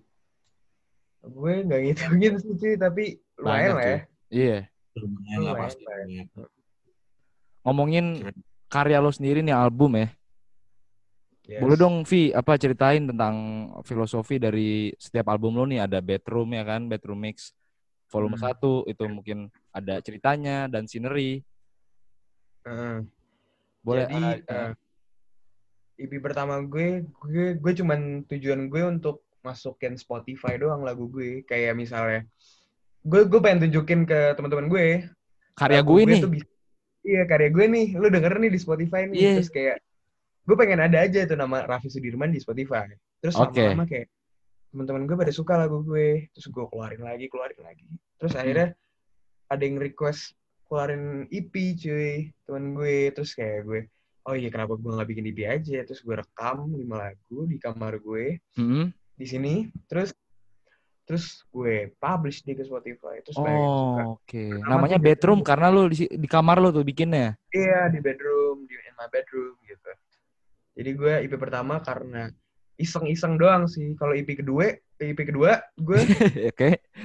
Gue nggak ngitungin sih, cuy, tapi lumayan Banyak lah ya. tuh. Iya. Lumayan lah Lumayan, pasti. lumayan. Ngomongin karya lo sendiri nih album ya. Yes. Boleh dong Vi, apa ceritain tentang filosofi dari setiap album lo nih. Ada Bedroom ya kan, Bedroom Mix volume Hmm. satu itu mungkin ada ceritanya dan scenery. Heeh. Boleh Jadi uh, eh, E P pertama gue, gue gue cuman tujuan gue untuk masukin Spotify doang lagu gue. Kayak misalnya, gue gue pengen tunjukin ke teman-teman gue. karya lagu gue nih. tuh bisa, iya karya gue nih, lu denger nih di Spotify nih. Yeah. Terus kayak, gue pengen ada aja tuh nama Raffi Sudirman di Spotify. Terus Oke. lama-lama kayak, teman-teman gue pada suka lagu gue. Terus gue keluarin lagi, keluarin lagi. Terus akhirnya ada yang request keluarin E P cuy, temen gue. Terus kayak gue, oh iya kenapa gue nggak bikin E P aja? Terus gue rekam lima lagu di kamar gue Mm-hmm. di sini. Terus terus gue publish di ke Spotify. Terus banyak yang suka. Oh, oke. Okay. Pertama Namanya tuh Bedroom Bedroom. karena lu di, di kamar lu tuh bikinnya. Iya di bedroom, di in my bedroom gitu. Jadi gue E P pertama karena iseng-iseng doang sih. Kalau E P kedua, E P kedua gue Oke.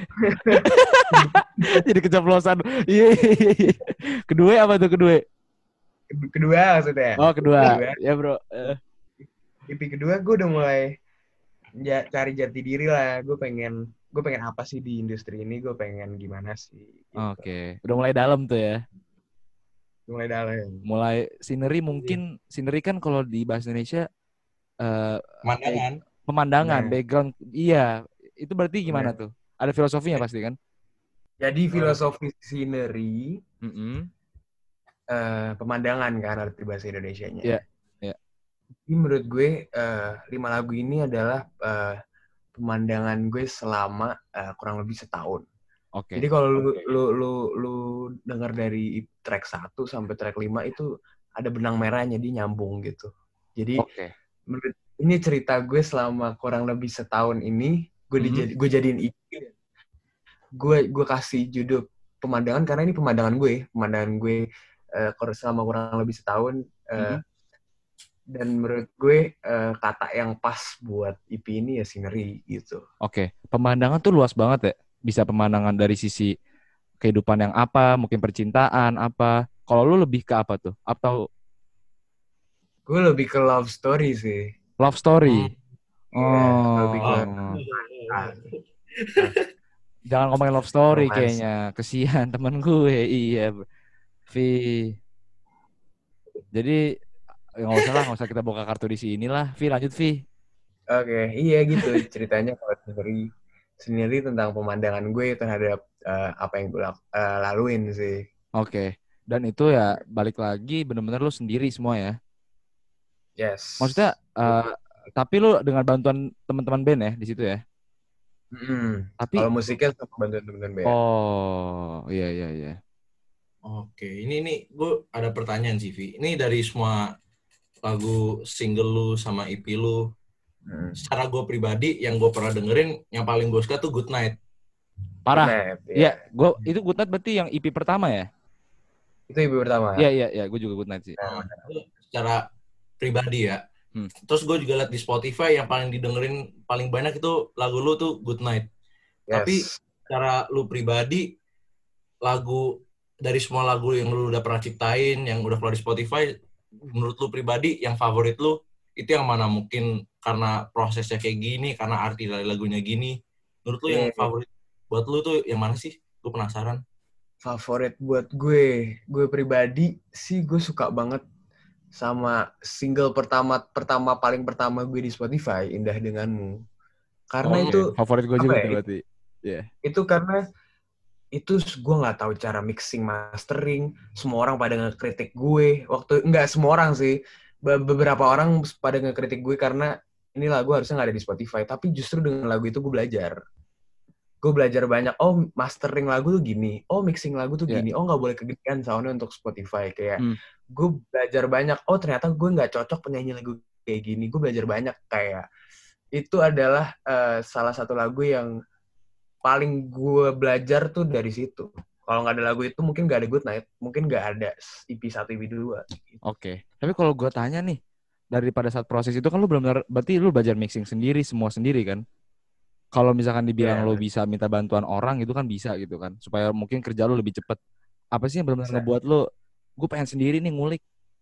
Jadi keceplosan. Iya. Kedua apa tuh kedua? kedua maksudnya. Oh, kedua. Kedua. Ya, Bro. Uh. E P kedua gue udah mulai ja- cari jati diri lah. Gue pengen gue pengen apa sih di industri ini? Gue pengen gimana sih? Gitu. Oke. Okay. Udah mulai dalam tuh ya. Mulai dalam. Mulai scenery mungkin scenery kan kalau di bahasa Indonesia uh, Pemandangan. pemandangan, Nah. background. Iya. Itu berarti gimana Nah. tuh? Ada filosofinya pasti kan? Jadi filosofi scenery Mm-hmm. uh, pemandangan kan arti bahasa Indonesianya. Iya. Iya. Jadi menurut gue uh, lima lagu ini adalah uh, pemandangan gue selama uh, kurang lebih setahun. Oke. Jadi kalau lu, Okay. lu lu lu dengar dari track satu sampai track lima itu ada benang merahnya, dia nyambung gitu. Jadi Oke. menurut ini cerita gue selama kurang lebih setahun ini, gue Mhm. dijadi, gue jadiin E P. Gue gue kasih judul pemandangan karena ini pemandangan gue, pemandangan gue uh, selama kurang lebih setahun. Uh, Mhm. Dan menurut gue uh, kata yang pas buat E P ini ya scenery gitu. Oke. Pemandangan tuh luas banget ya. Bisa pemandangan dari sisi kehidupan yang apa, mungkin percintaan apa. Kalau lu lebih ke apa tuh? Atau Gue lebih ke love story sih. love story? Iya, Oh. lebih ke Ah. Jangan ngomongin love story Romance. kayaknya. Kesian temen gue. Iya. Vi. Jadi nggak usah lah, nggak usah kita buka kartu di sini lah. Vi, lanjut Vi. Oke, iya gitu ceritanya kalau sendiri sendiri tentang pemandangan gue terhadap uh, apa yang gue lak- uh, laluin sih. Oke. Dan itu ya balik lagi bener-bener lu sendiri semua ya. Yes. Maksudnya, uh, tapi lu dengan bantuan teman-teman band ya di situ ya. Mm-mm. Tapi Kalau musiknya sama bantuan teman-teman band. oh, iya iya iya. Oke, ini nih gue ada pertanyaan sih, Vi. Ini dari semua lagu single lu sama E P lu, Hmm. secara gue pribadi yang gue pernah dengerin, yang paling gue suka tuh Good Night. Parah. Net, Iya, gua itu Good Night berarti yang E P pertama ya? Itu ibu pertama. Iya iya iya, gue juga Good Night sih. Nah, itu secara pribadi ya. Hmm. Terus gue juga liat di Spotify yang paling didengerin paling banyak itu lagu lu tuh Good Night. Yes. Tapi secara lu pribadi, lagu dari semua lagu yang lu udah pernah ciptain, yang udah keluar di Spotify, menurut lu pribadi yang favorit lu itu yang mana? Mungkin karena prosesnya kayak gini, karena arti dari lagunya gini. Menurut lu yang Yeah. favorit buat lu tuh yang mana sih? Gue penasaran. Favorit buat gue, gue pribadi sih gue suka banget sama single pertama pertama paling pertama gue di Spotify, Indah Denganmu. Karena Oh, itu Favorit gue apa juga ya, tuh berarti. Iya. itu karena itu gue nggak tahu cara mixing mastering, semua orang pada ngekritik gue waktu nggak semua orang sih, Be- beberapa orang pada ngekritik gue karena ini lagu harusnya nggak ada di Spotify, tapi justru dengan lagu itu gue belajar gue belajar banyak. Oh, mastering lagu tuh gini, oh mixing lagu tuh Yeah. gini, oh nggak boleh kegedean soundnya untuk Spotify. Kayak Hmm. gue belajar banyak, oh ternyata gue nggak cocok penyanyi lagu kayak gini. Gue belajar banyak. Kayak itu adalah uh, salah satu lagu yang paling gue belajar tuh dari situ. Kalau nggak ada lagu itu mungkin nggak ada Good Night, mungkin nggak ada E P satu, E P dua. Oke. Tapi kalau gue tanya nih, daripada saat proses itu kan lu benar-benar, berarti lu belajar mixing sendiri, semua sendiri kan? Kalau misalkan dibilang Yeah. lo bisa minta bantuan orang itu kan bisa gitu kan, supaya mungkin kerja lo lebih cepat. Apa sih yang benar-benar Bisa. ngebuat lo, gue pengen sendiri nih ngulik?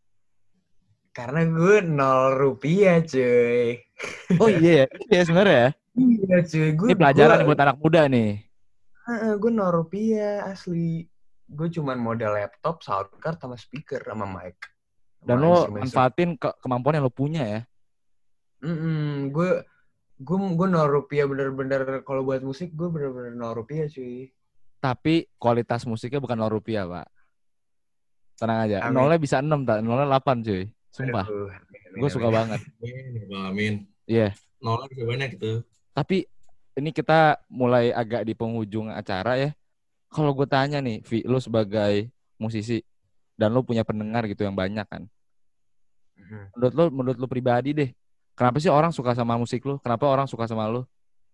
Karena gue nol rupiah cuy. Oh iya ya, iya sebenarnya ya. Iya cuy, gue Ini pelajaran gue, buat anak muda nih. uh, gue nol rupiah asli. Gue cuman modal laptop, sound card, sama speaker, sama mic. Dan Sama lo instrumen-instrumen. manfaatin ke- kemampuan yang lo punya ya. Mm-mm, gue gue gue nol rupiah bener-bener kalau buat musik gue bener-bener nol rupiah cuy. Tapi kualitas musiknya bukan nol rupiah pak. Tenang aja, Amin. nolnya bisa enam tak, nolnya delapan cuy. Sumpah, Aduh, amin, gue amin, suka amin. banget. Amin, amin. Iya. Nolnya bisa banyak gitu. Tapi ini kita mulai agak di penghujung acara ya. Kalau gue tanya nih, Vi, lo sebagai musisi dan lo punya pendengar gitu yang banyak kan. Mhm. Menurut lo, menurut lo pribadi deh, kenapa sih orang suka sama musik lo? Kenapa orang suka sama lo?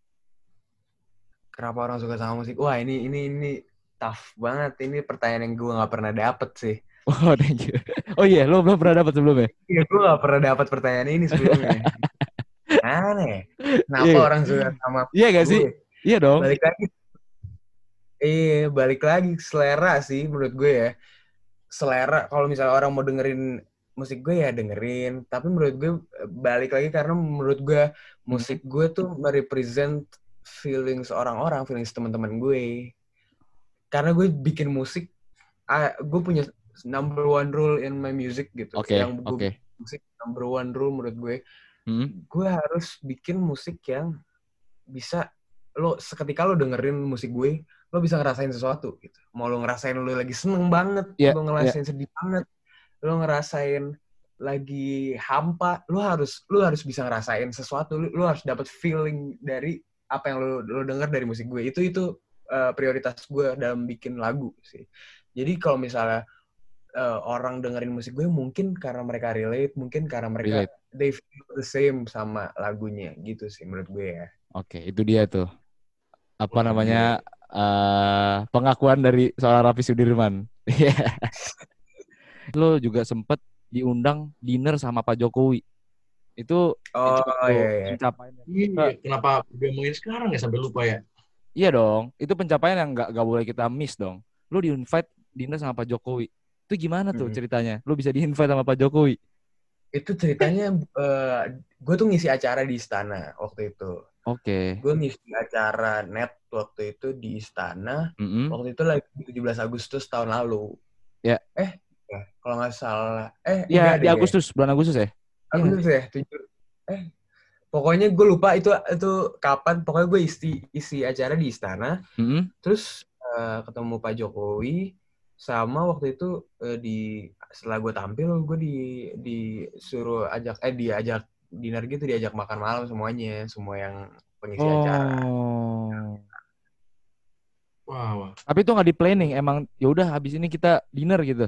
Kenapa orang suka sama musik? Wah ini ini ini tough banget. Ini pertanyaan yang gue nggak pernah dapet sih. Oh, thank you. Oh iya, lo belum pernah dapat sebelumnya? Iya, gue nggak pernah dapet pertanyaan ini sebelumnya. Aneh. Kenapa Iya. orang suka sama Iya gak sih? gue? Iya dong. Balik lagi. Iya, balik lagi selera sih menurut gue ya. Selera, kalau misalnya orang mau dengerin musik gue ya dengerin. Tapi menurut gue balik lagi karena menurut gue musik gue tuh merepresent feelings orang-orang, feelings teman-teman gue. Karena gue bikin musik, ah, gue punya number one rule in my music gitu. Oke, Yang gue oke. bikin musik number one rule menurut gue, Hmm. gue harus bikin musik yang bisa lo seketika lo dengerin musik gue, lo bisa ngerasain sesuatu gitu. Mau lo ngerasain lo lagi seneng banget, Yeah, lo ngerasain sedih banget, lo ngerasain lagi hampa, lo harus lo harus bisa ngerasain sesuatu, lo, lo harus dapat feeling dari apa yang lo lo denger dari musik gue. Itu itu uh, prioritas gue dalam bikin lagu sih. Jadi kalau misalnya uh, orang dengerin musik gue mungkin karena mereka relate, mungkin karena mereka Relate. they feel the same sama lagunya gitu sih menurut gue ya. Oke, itu dia tuh. Apa namanya, uh, pengakuan dari seorang Raffi Sudirman. Lo juga sempet diundang dinner sama Pak Jokowi. Itu Oh itu iya, iya. pencapaian. Iya, kenapa diomongin sekarang ya sampai lupa ya? Iya dong, itu pencapaian yang nggak nggak boleh kita miss dong. Lo di-invite dinner sama Pak Jokowi. Itu gimana tuh Mm-mm. ceritanya? Lo bisa di-invite sama Pak Jokowi? Itu ceritanya uh, gue tuh ngisi acara di istana waktu itu. Oke. Gue ngisi acara net waktu itu di istana. Mm-mm. Waktu itu lagi tujuh belas Agustus tahun lalu. Ya. Eh, ya, kalau nggak salah. Eh, Ya enggak di deh, Agustus, bulan Agustus ya? kayak. Agustus ya, tujuh. Eh, pokoknya gue lupa itu itu kapan. Pokoknya gue isi isi acara di istana. Mm-mm. Terus uh, ketemu Pak Jokowi. Sama waktu itu uh, di setelah gue tampil gue di disuruh ajak eh diajak dinner gitu, diajak makan malam semuanya, semua yang pengisi acara. Oh. Wah, wah. Tapi itu nggak di planning, emang ya udah habis ini kita dinner gitu.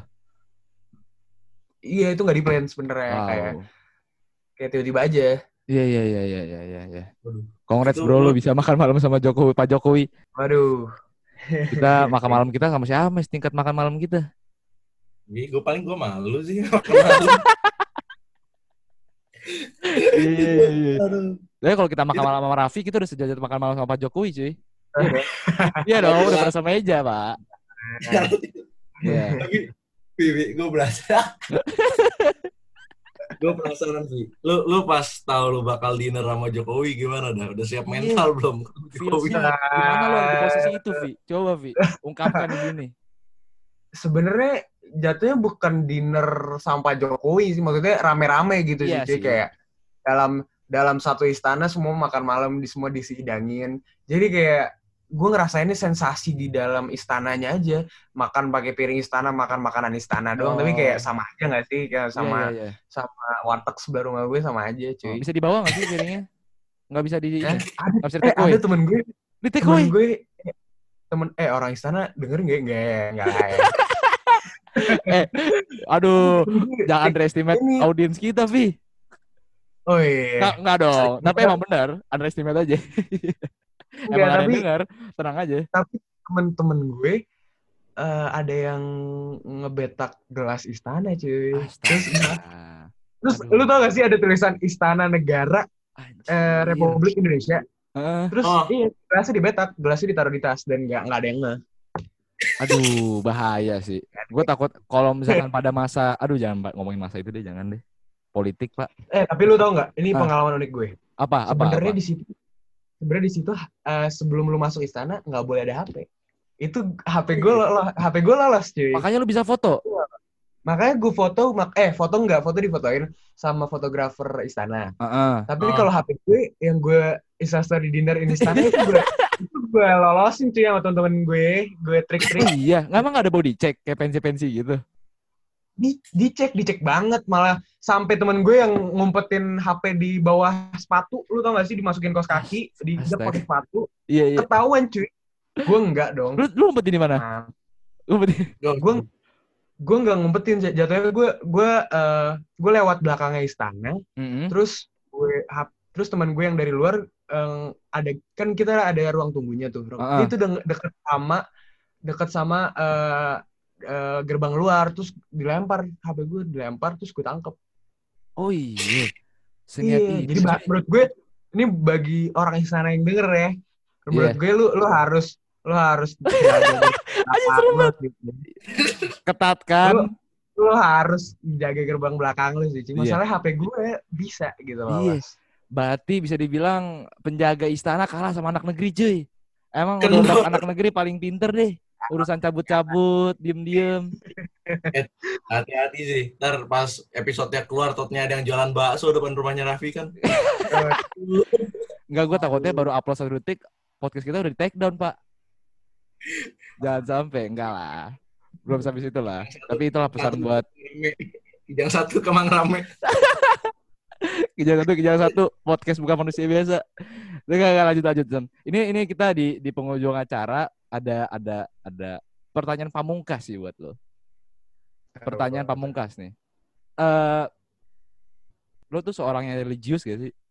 Iya, itu nggak di plan sebenarnya, Wow. kayak kayak tiba-tiba aja. Iya iya iya iya iya iya. iya. Waduh. Congrats Itu bro, lo lo- bisa makan malam sama Jokowi, Pak Jokowi. Waduh. Kita makan malam kita sama siapa? Mas tingkat makan malam kita. Gue paling gue malu sih. Malu. Iya iya iya. Aduh. Tapi kalau kita makan malam sama Raffi, kita udah sejajar makan malam sama Pak Jokowi, cuy. Iya dong. Iya dong, udah pada meja, Pak. Iya. Tapi, Vivi, gue berasa. Gue penasaran sih. Lu lu pas tahu lu bakal dinner sama Jokowi gimana dah? Udah siap mental Iya. belum? Jokowi. Feels-nya gimana lo ada di posisi itu, Vi? Coba, Vi. Ungkapkan di sini. Sebenarnya jatuhnya bukan dinner sama Pak Jokowi sih, maksudnya rame-rame gitu Iya sih, sih. kayak dalam dalam satu istana semua makan malam di semua disidangin. Jadi kayak gue ngerasainnya sensasi di dalam istananya aja, makan pakai piring istana, makan makanan istana doang, Oh. tapi kayak sama aja nggak sih, kayak sama Iya, iya, iya. sama warteg sebelah rumah gue sama aja, Oh, cuy. bisa dibawa nggak sih piringnya? Nggak bisa di Eh, ini? ada, Nggak bisa di eh, take away? ada temen gue, Di take temen away? gue, eh, temen eh orang istana denger nggak nggak nggak lah ya. Eh, aduh, Temen gue, jangan eh, underestimate ini. audiens kita, Vi. Oh iya. Nggak, nggak dong. Tapi emang benar, underestimate aja. Enggak, Emang ada tapi yang dengar, tenang aja. tapi temen-temen gue eh, ada yang ngebetak gelas istana, cuy. Terus, Astaga. terus Aduh. lu tau gak sih ada tulisan Istana Negara Anjir. eh, Republik Indonesia. Heeh. Terus Oh. iya, gelasnya dibetak, gelasnya ditaruh di tas dan nggak nggak ada yang nge. Aduh, bahaya sih. Gue takut kalau misalkan pada masa, aduh jangan Pak, ngomongin masa itu deh, jangan deh. Politik, Pak. Eh tapi lu tau nggak? Ini Ah. pengalaman unik gue. Apa? Apa? Sebenarnya apa? di situ, sebenarnya di situ eh, sebelum lu masuk istana nggak boleh ada H P. Itu H P gue lo, H P gue lolos, cuy. Makanya lu bisa foto. Makanya gue foto, mak eh foto nggak, foto difotoin sama fotografer istana. Heeh. Tapi Oh. kalau H P gue yang gue instastory dinner in istana itu gue itu gue lolosin cuy sama teman-teman gue, gue Oh trik-trik. iya, nggak emang nggak ada body check kayak pensi-pensi gitu. Di, dicek, dicek banget, malah sampai temen gue yang ngumpetin H P di bawah sepatu, lu tau gak sih, dimasukin kaos kaki, di Astaga. pakai sepatu, Iya iya. ketahuan cuy. Gue enggak dong. Lu lu ngumpetin di mana? Nah, Lu ngumpetin. gue gue nggak ngumpetin, jatuhnya gue gue uh, gue lewat belakangnya istana, Mm-hmm. terus gue hap- terus teman gue yang dari luar um, ada kan kita ada ruang tunggunya tuh, Uh-uh. dia tuh de- deket sama deket sama uh, uh, gerbang luar, terus dilempar H P gue, dilempar terus gue tangkep. Oh iya. Seniat Iya, itu. jadi ba- menurut gue ini bagi orang istana yang denger ya, menurut Iya. gue lu lu harus lu harus jaga Aja seru banget. gitu. Ketat kan? Lu, lu harus jaga gerbang belakang lu sih. Cuma Iya. masalahnya H P gue bisa gitu loh. Iya. Berarti bisa dibilang penjaga istana kalah sama anak negeri, cuy. Emang Kenapa? udah anak negeri paling pinter deh. Urusan cabut-cabut, diem-diem. Hati-hati sih. Ntar pas episode-nya keluar, totnya ada yang jualan bakso depan rumahnya Raffi kan. Enggak, gue takutnya baru upload satu detik, podcast kita udah di take down, Pak. Jangan sampai, enggak lah. Belum sampai situ lah. Tapi itulah pesan buat Kijang satu kemang rame. Kijang satu, Kijang satu, podcast bukan manusia biasa. Enggak, enggak, lanjut lanjut, Zon. Ini ini kita di di penghujung acara ada ada ada pertanyaan pamungkas sih buat lo. Pertanyaan pamungkas nih. Eh lo tuh seorang yang religius gak sih?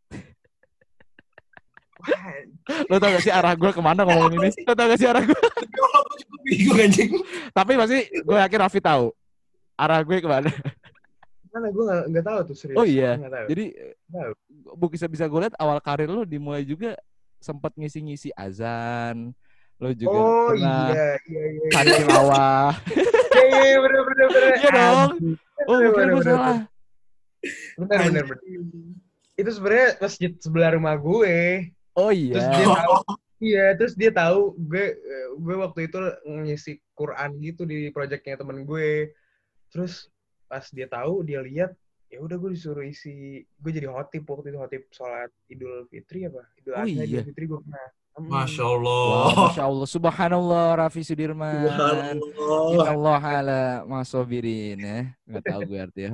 Lo tau gak sih arah gue kemana ngomongin ini? Lo tau gak sih arah gue? Aku juga bingung anjing. Tapi pasti gue yakin Raffi tahu arah gue kemana. Mana gue nggak nggak tahu tuh serius. Oh iya. Nggak tahu. Jadi Tahu. bisa bisa gue lihat awal karir lo dimulai juga sempat ngisi-ngisi azan. Lo juga Oh pernah iya iya iya. cari tilawah. Iya iya iya, bener bener bener. Iya dong. Anjing. Oh Bener, mungkin bener, gue bener, salah. Bener bener bener. Itu sebenarnya masjid sebelah rumah gue. Oh Terus dia iya. tahu. Iya, terus dia tahu gue gue waktu itu ngisi Quran gitu di proyeknya temen gue. Terus pas dia tahu, dia lihat, ya udah gue disuruh isi, gue jadi khotib waktu itu, khotib sholat Idul Fitri apa? Idul Oh Adha, iya. Idul Fitri gue pernah. Hmm. Masya Allah. Wow, Masya Allah. Subhanallah Raffi Sudirman. Subhanallah. Inallah ala masobirin ya. Nggak tahu gue artinya.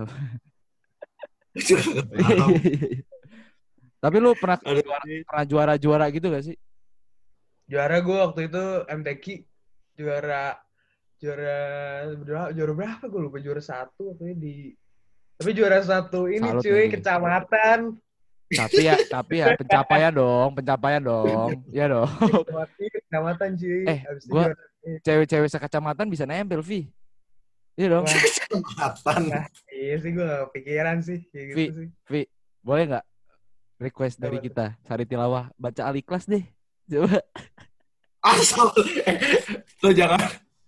Tapi lu pernah Aduh. juara, pernah juara-juara gitu gak sih? Juara gue waktu itu M T Q, juara juara juara, juara berapa gue lupa, juara satu waktu di tapi juara satu ini Salut cuy nih. kecamatan. Tapi ya, tapi ya pencapaian dong, pencapaian dong. Iya dong. Kecamatan, kecamatan cuy. Eh, Habis itu gua- juara- Cewek-cewek sekecamatan bisa nempel, Vi. Iya dong. Kesempatan. Nah, iya sih gue gak kepikiran sih kayak gitu Vi, sih. Vi, boleh nggak request dari Apa tuh? kita Sari Tilawah baca Al-Ikhlas deh. Coba. Asal. Eh, lo jangan.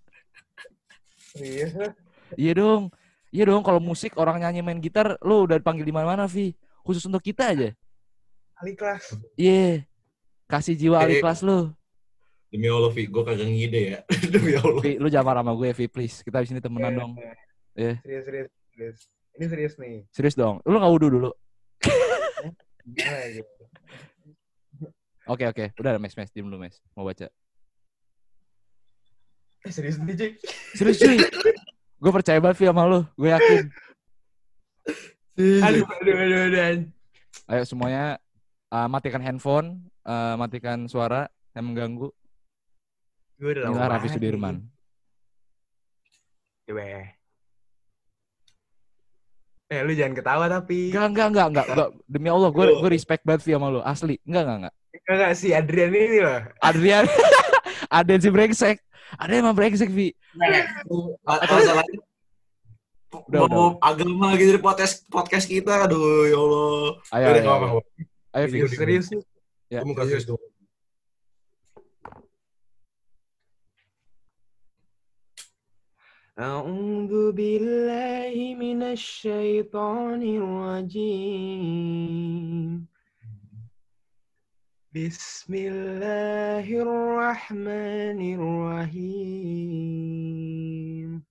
Iya sih. Iya dong. Iya dong kalau musik orang nyanyi main gitar lo udah dipanggil di mana-mana Vi. Khusus untuk kita aja. Al-Ikhlas. Iya. Yeah. Kasih jiwa Eh, Al-Ikhlas lo. Demi Allah, Vi, gue kagak ngide ya. Demi Allah. Vi, lu jangan marah sama gue Vi, please. Kita di sini temenan dong. Iya. Yeah. Serius, serius, serius. Ini serius nih. Serius dong. Lu nggak wudu dulu. Gimana gitu. Oke oke, udah mes mes diem dulu mes, mau baca. Eh, serius nih cuy. Serius cuy, gue percaya banget Vi sama lu, gue yakin. Aduh, aduh, aduh, aduh. Ayo semuanya uh, matikan handphone, uh, matikan suara yang mengganggu. Gue udah lama Inilah Raffi banget Sudirman. nih. Coba ya. Eh, lu jangan ketawa tapi. Enggak enggak enggak enggak, enggak. Demi Allah gue gue respect banget Vi sama lu, asli. Enggak enggak enggak. Enggak si Adrian ini loh. Adrian, ada si brengsek, ada emang brengsek Vi. Masalahnya Udah, udah, mau agama gitu di podcast podcast kita, aduh ya Allah. Ayo, Udah, ayo, nggak apa-apa. Ayo Vi. Serius, serius nih. Ya. Gue mau kasih dulu. A'udzu billahi minasy syaithanir rajim. Bismillahirrahmanirrahim.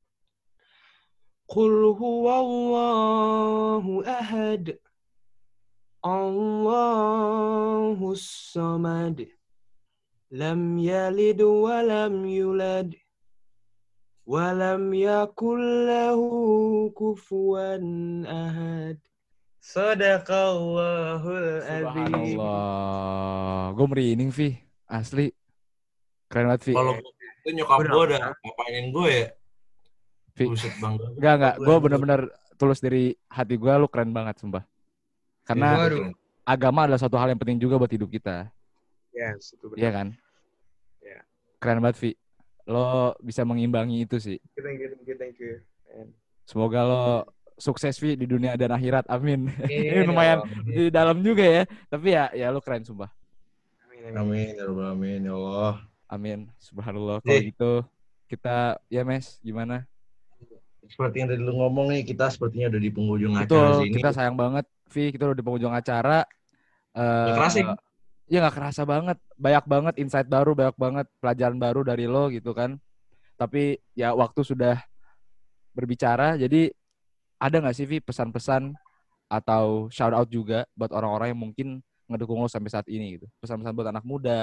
Qul huwallahu ahad. Allahus samad. Lam yalid wa lam yulad. Wa lam yakul lahu kufuwan ahad. Sadaqallahul azim. Subhanallah. Gue merinding Vi, asli. Keren banget Vi. Kalau itu nyokap gue udah ngapainin gue ya. Vi. Buset bangga. Enggak enggak, gue benar-benar tulus dari hati gue, lu keren banget sumpah. Karena Waduh. agama adalah suatu hal yang penting juga buat hidup kita. Yes, itu benar. Iya kan? Iya. Keren banget Vi. Lo bisa mengimbangi itu sih. Thank you, thank you, thank you. And Semoga lo sukses Vi di dunia dan akhirat. Amin. Ini Amin, lumayan ya di dalam juga ya. Tapi ya ya lo keren sumpah. amin, amin. Amin ya Rabbal Alamin ya Allah. Amin. Subhanallah. Kalau Eh. gitu kita ya Mes, gimana? Seperti yang tadi lu ngomong nih, kita sepertinya udah di penghujung acara Betul, sini. kita sayang banget Vi, kita udah di penghujung acara. Gak Eh, kerasa ya? Ya nggak kerasa banget, banyak banget insight baru, banyak banget pelajaran baru dari lo gitu kan. Tapi ya waktu sudah berbicara, jadi ada nggak sih Vi pesan-pesan atau shout out juga buat orang-orang yang mungkin ngedukung lo sampai saat ini gitu. Pesan-pesan buat anak muda.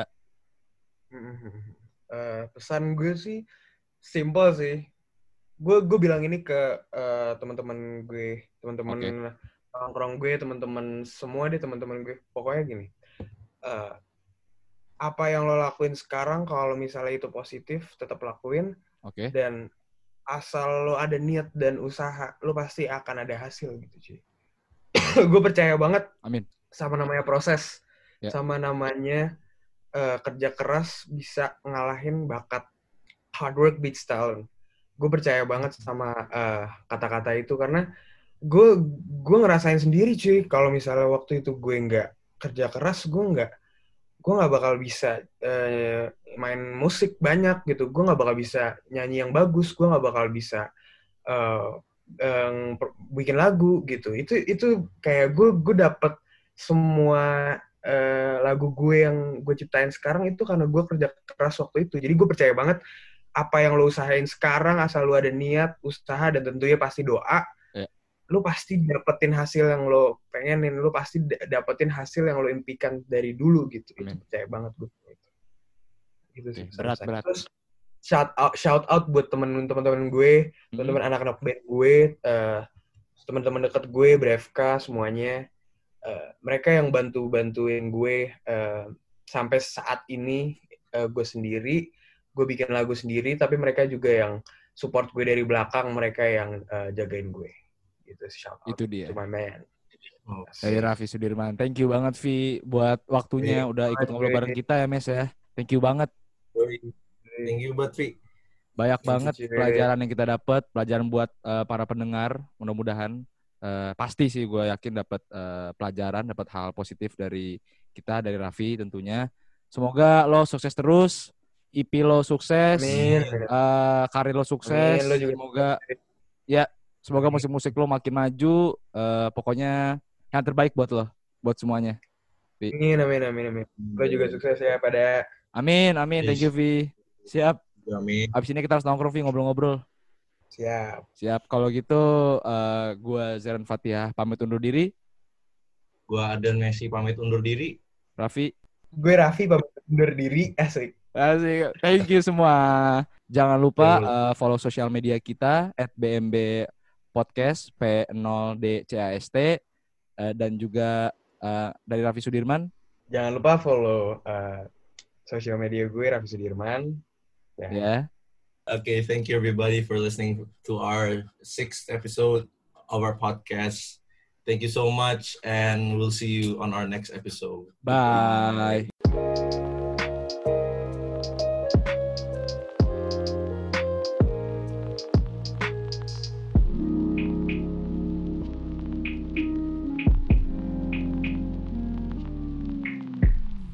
Eh, pesan gue sih simple sih. Gue gue bilang ini ke eh, teman-teman gue, teman-teman nongkrong gue, teman-teman semua deh, teman-teman gue. Pokoknya gini. eh, apa yang lo lakuin sekarang kalau misalnya itu positif, tetap lakuin. Oke. Dan asal lo ada niat dan usaha, lo pasti akan ada hasil gitu cuy. Gue percaya banget. Amin. Sama namanya proses, Ya. sama namanya uh, kerja keras bisa ngalahin bakat. Hard work beats talent. Gue percaya banget sama uh, kata-kata itu karena gue gue ngerasain sendiri cuy. Kalau misalnya waktu itu gue nggak kerja keras, gue nggak gue nggak bakal bisa uh, main musik banyak gitu. Gue nggak bakal bisa nyanyi yang bagus. Gue nggak bakal bisa uh, um, bikin lagu gitu. Itu itu kayak gue gue dapet semua uh, lagu gue yang gue ciptain sekarang itu karena gue kerja keras waktu itu. Jadi gue percaya banget apa yang lo usahain sekarang asal lo ada niat, usaha dan tentunya pasti doa, yeah. Lo pasti dapetin hasil yang lo pengenin. Lo pasti dapetin hasil yang lo impikan dari dulu gitu. Itu percaya banget gue. Gitu sih. Okay. Berat berat. Terus shout out shout out buat teman-teman gue, hmm. teman-teman anak-anak band gue, uh, teman-teman dekat gue, Brevka semuanya. Uh, mereka yang bantu-bantuin gue uh, sampai saat ini uh, gue sendiri, gue bikin lagu sendiri, tapi mereka juga yang support gue dari belakang, mereka yang uh, jagain gue. Gitu, shout out itu dia. To my man. Oh, dari Raffi Sudirman. Thank you banget Vi buat waktunya, yeah, udah ikut ngobrol bareng kita ya Mes ya. Thank you banget. Thank you buat Vi. Banyak Gitu, banget cuy. pelajaran yang kita dapat, pelajaran buat uh, para pendengar. Mudah-mudahan uh, pasti sih gue yakin dapat uh, pelajaran, dapat hal positif dari kita, dari Raffi tentunya. Semoga lo sukses terus, I P lo sukses, Amin. uh, karir lo sukses. Amin. Lo juga. Semoga ya, semoga musik-musik lo makin maju. Uh, pokoknya yang terbaik buat lo, buat semuanya. Amin, amin, amin, amin. Lo juga sukses ya pada. Amin, amin. Thank you, Vi. Siap. Amin. Abis ini kita harus nongkrong, Vi, ngobrol-ngobrol. Siap. Siap. Kalau gitu, uh, gue Zeran Fatihah pamit undur diri. Gue Adan Messi pamit undur diri. Raffi. Gue Raffi pamit undur diri. Asik. Asik. Thank you semua. Jangan lupa uh, follow sosial media kita at B M B Podcast P nol D C A S T uh, dan juga uh, dari Raffi Sudirman. Jangan lupa follow uh, sosial media gue Raffi Sudirman. Ya. Yeah. Okay, thank you everybody for listening to our sixth episode of our podcast. Thank you so much, and we'll see you on our next episode. Bye. Bye.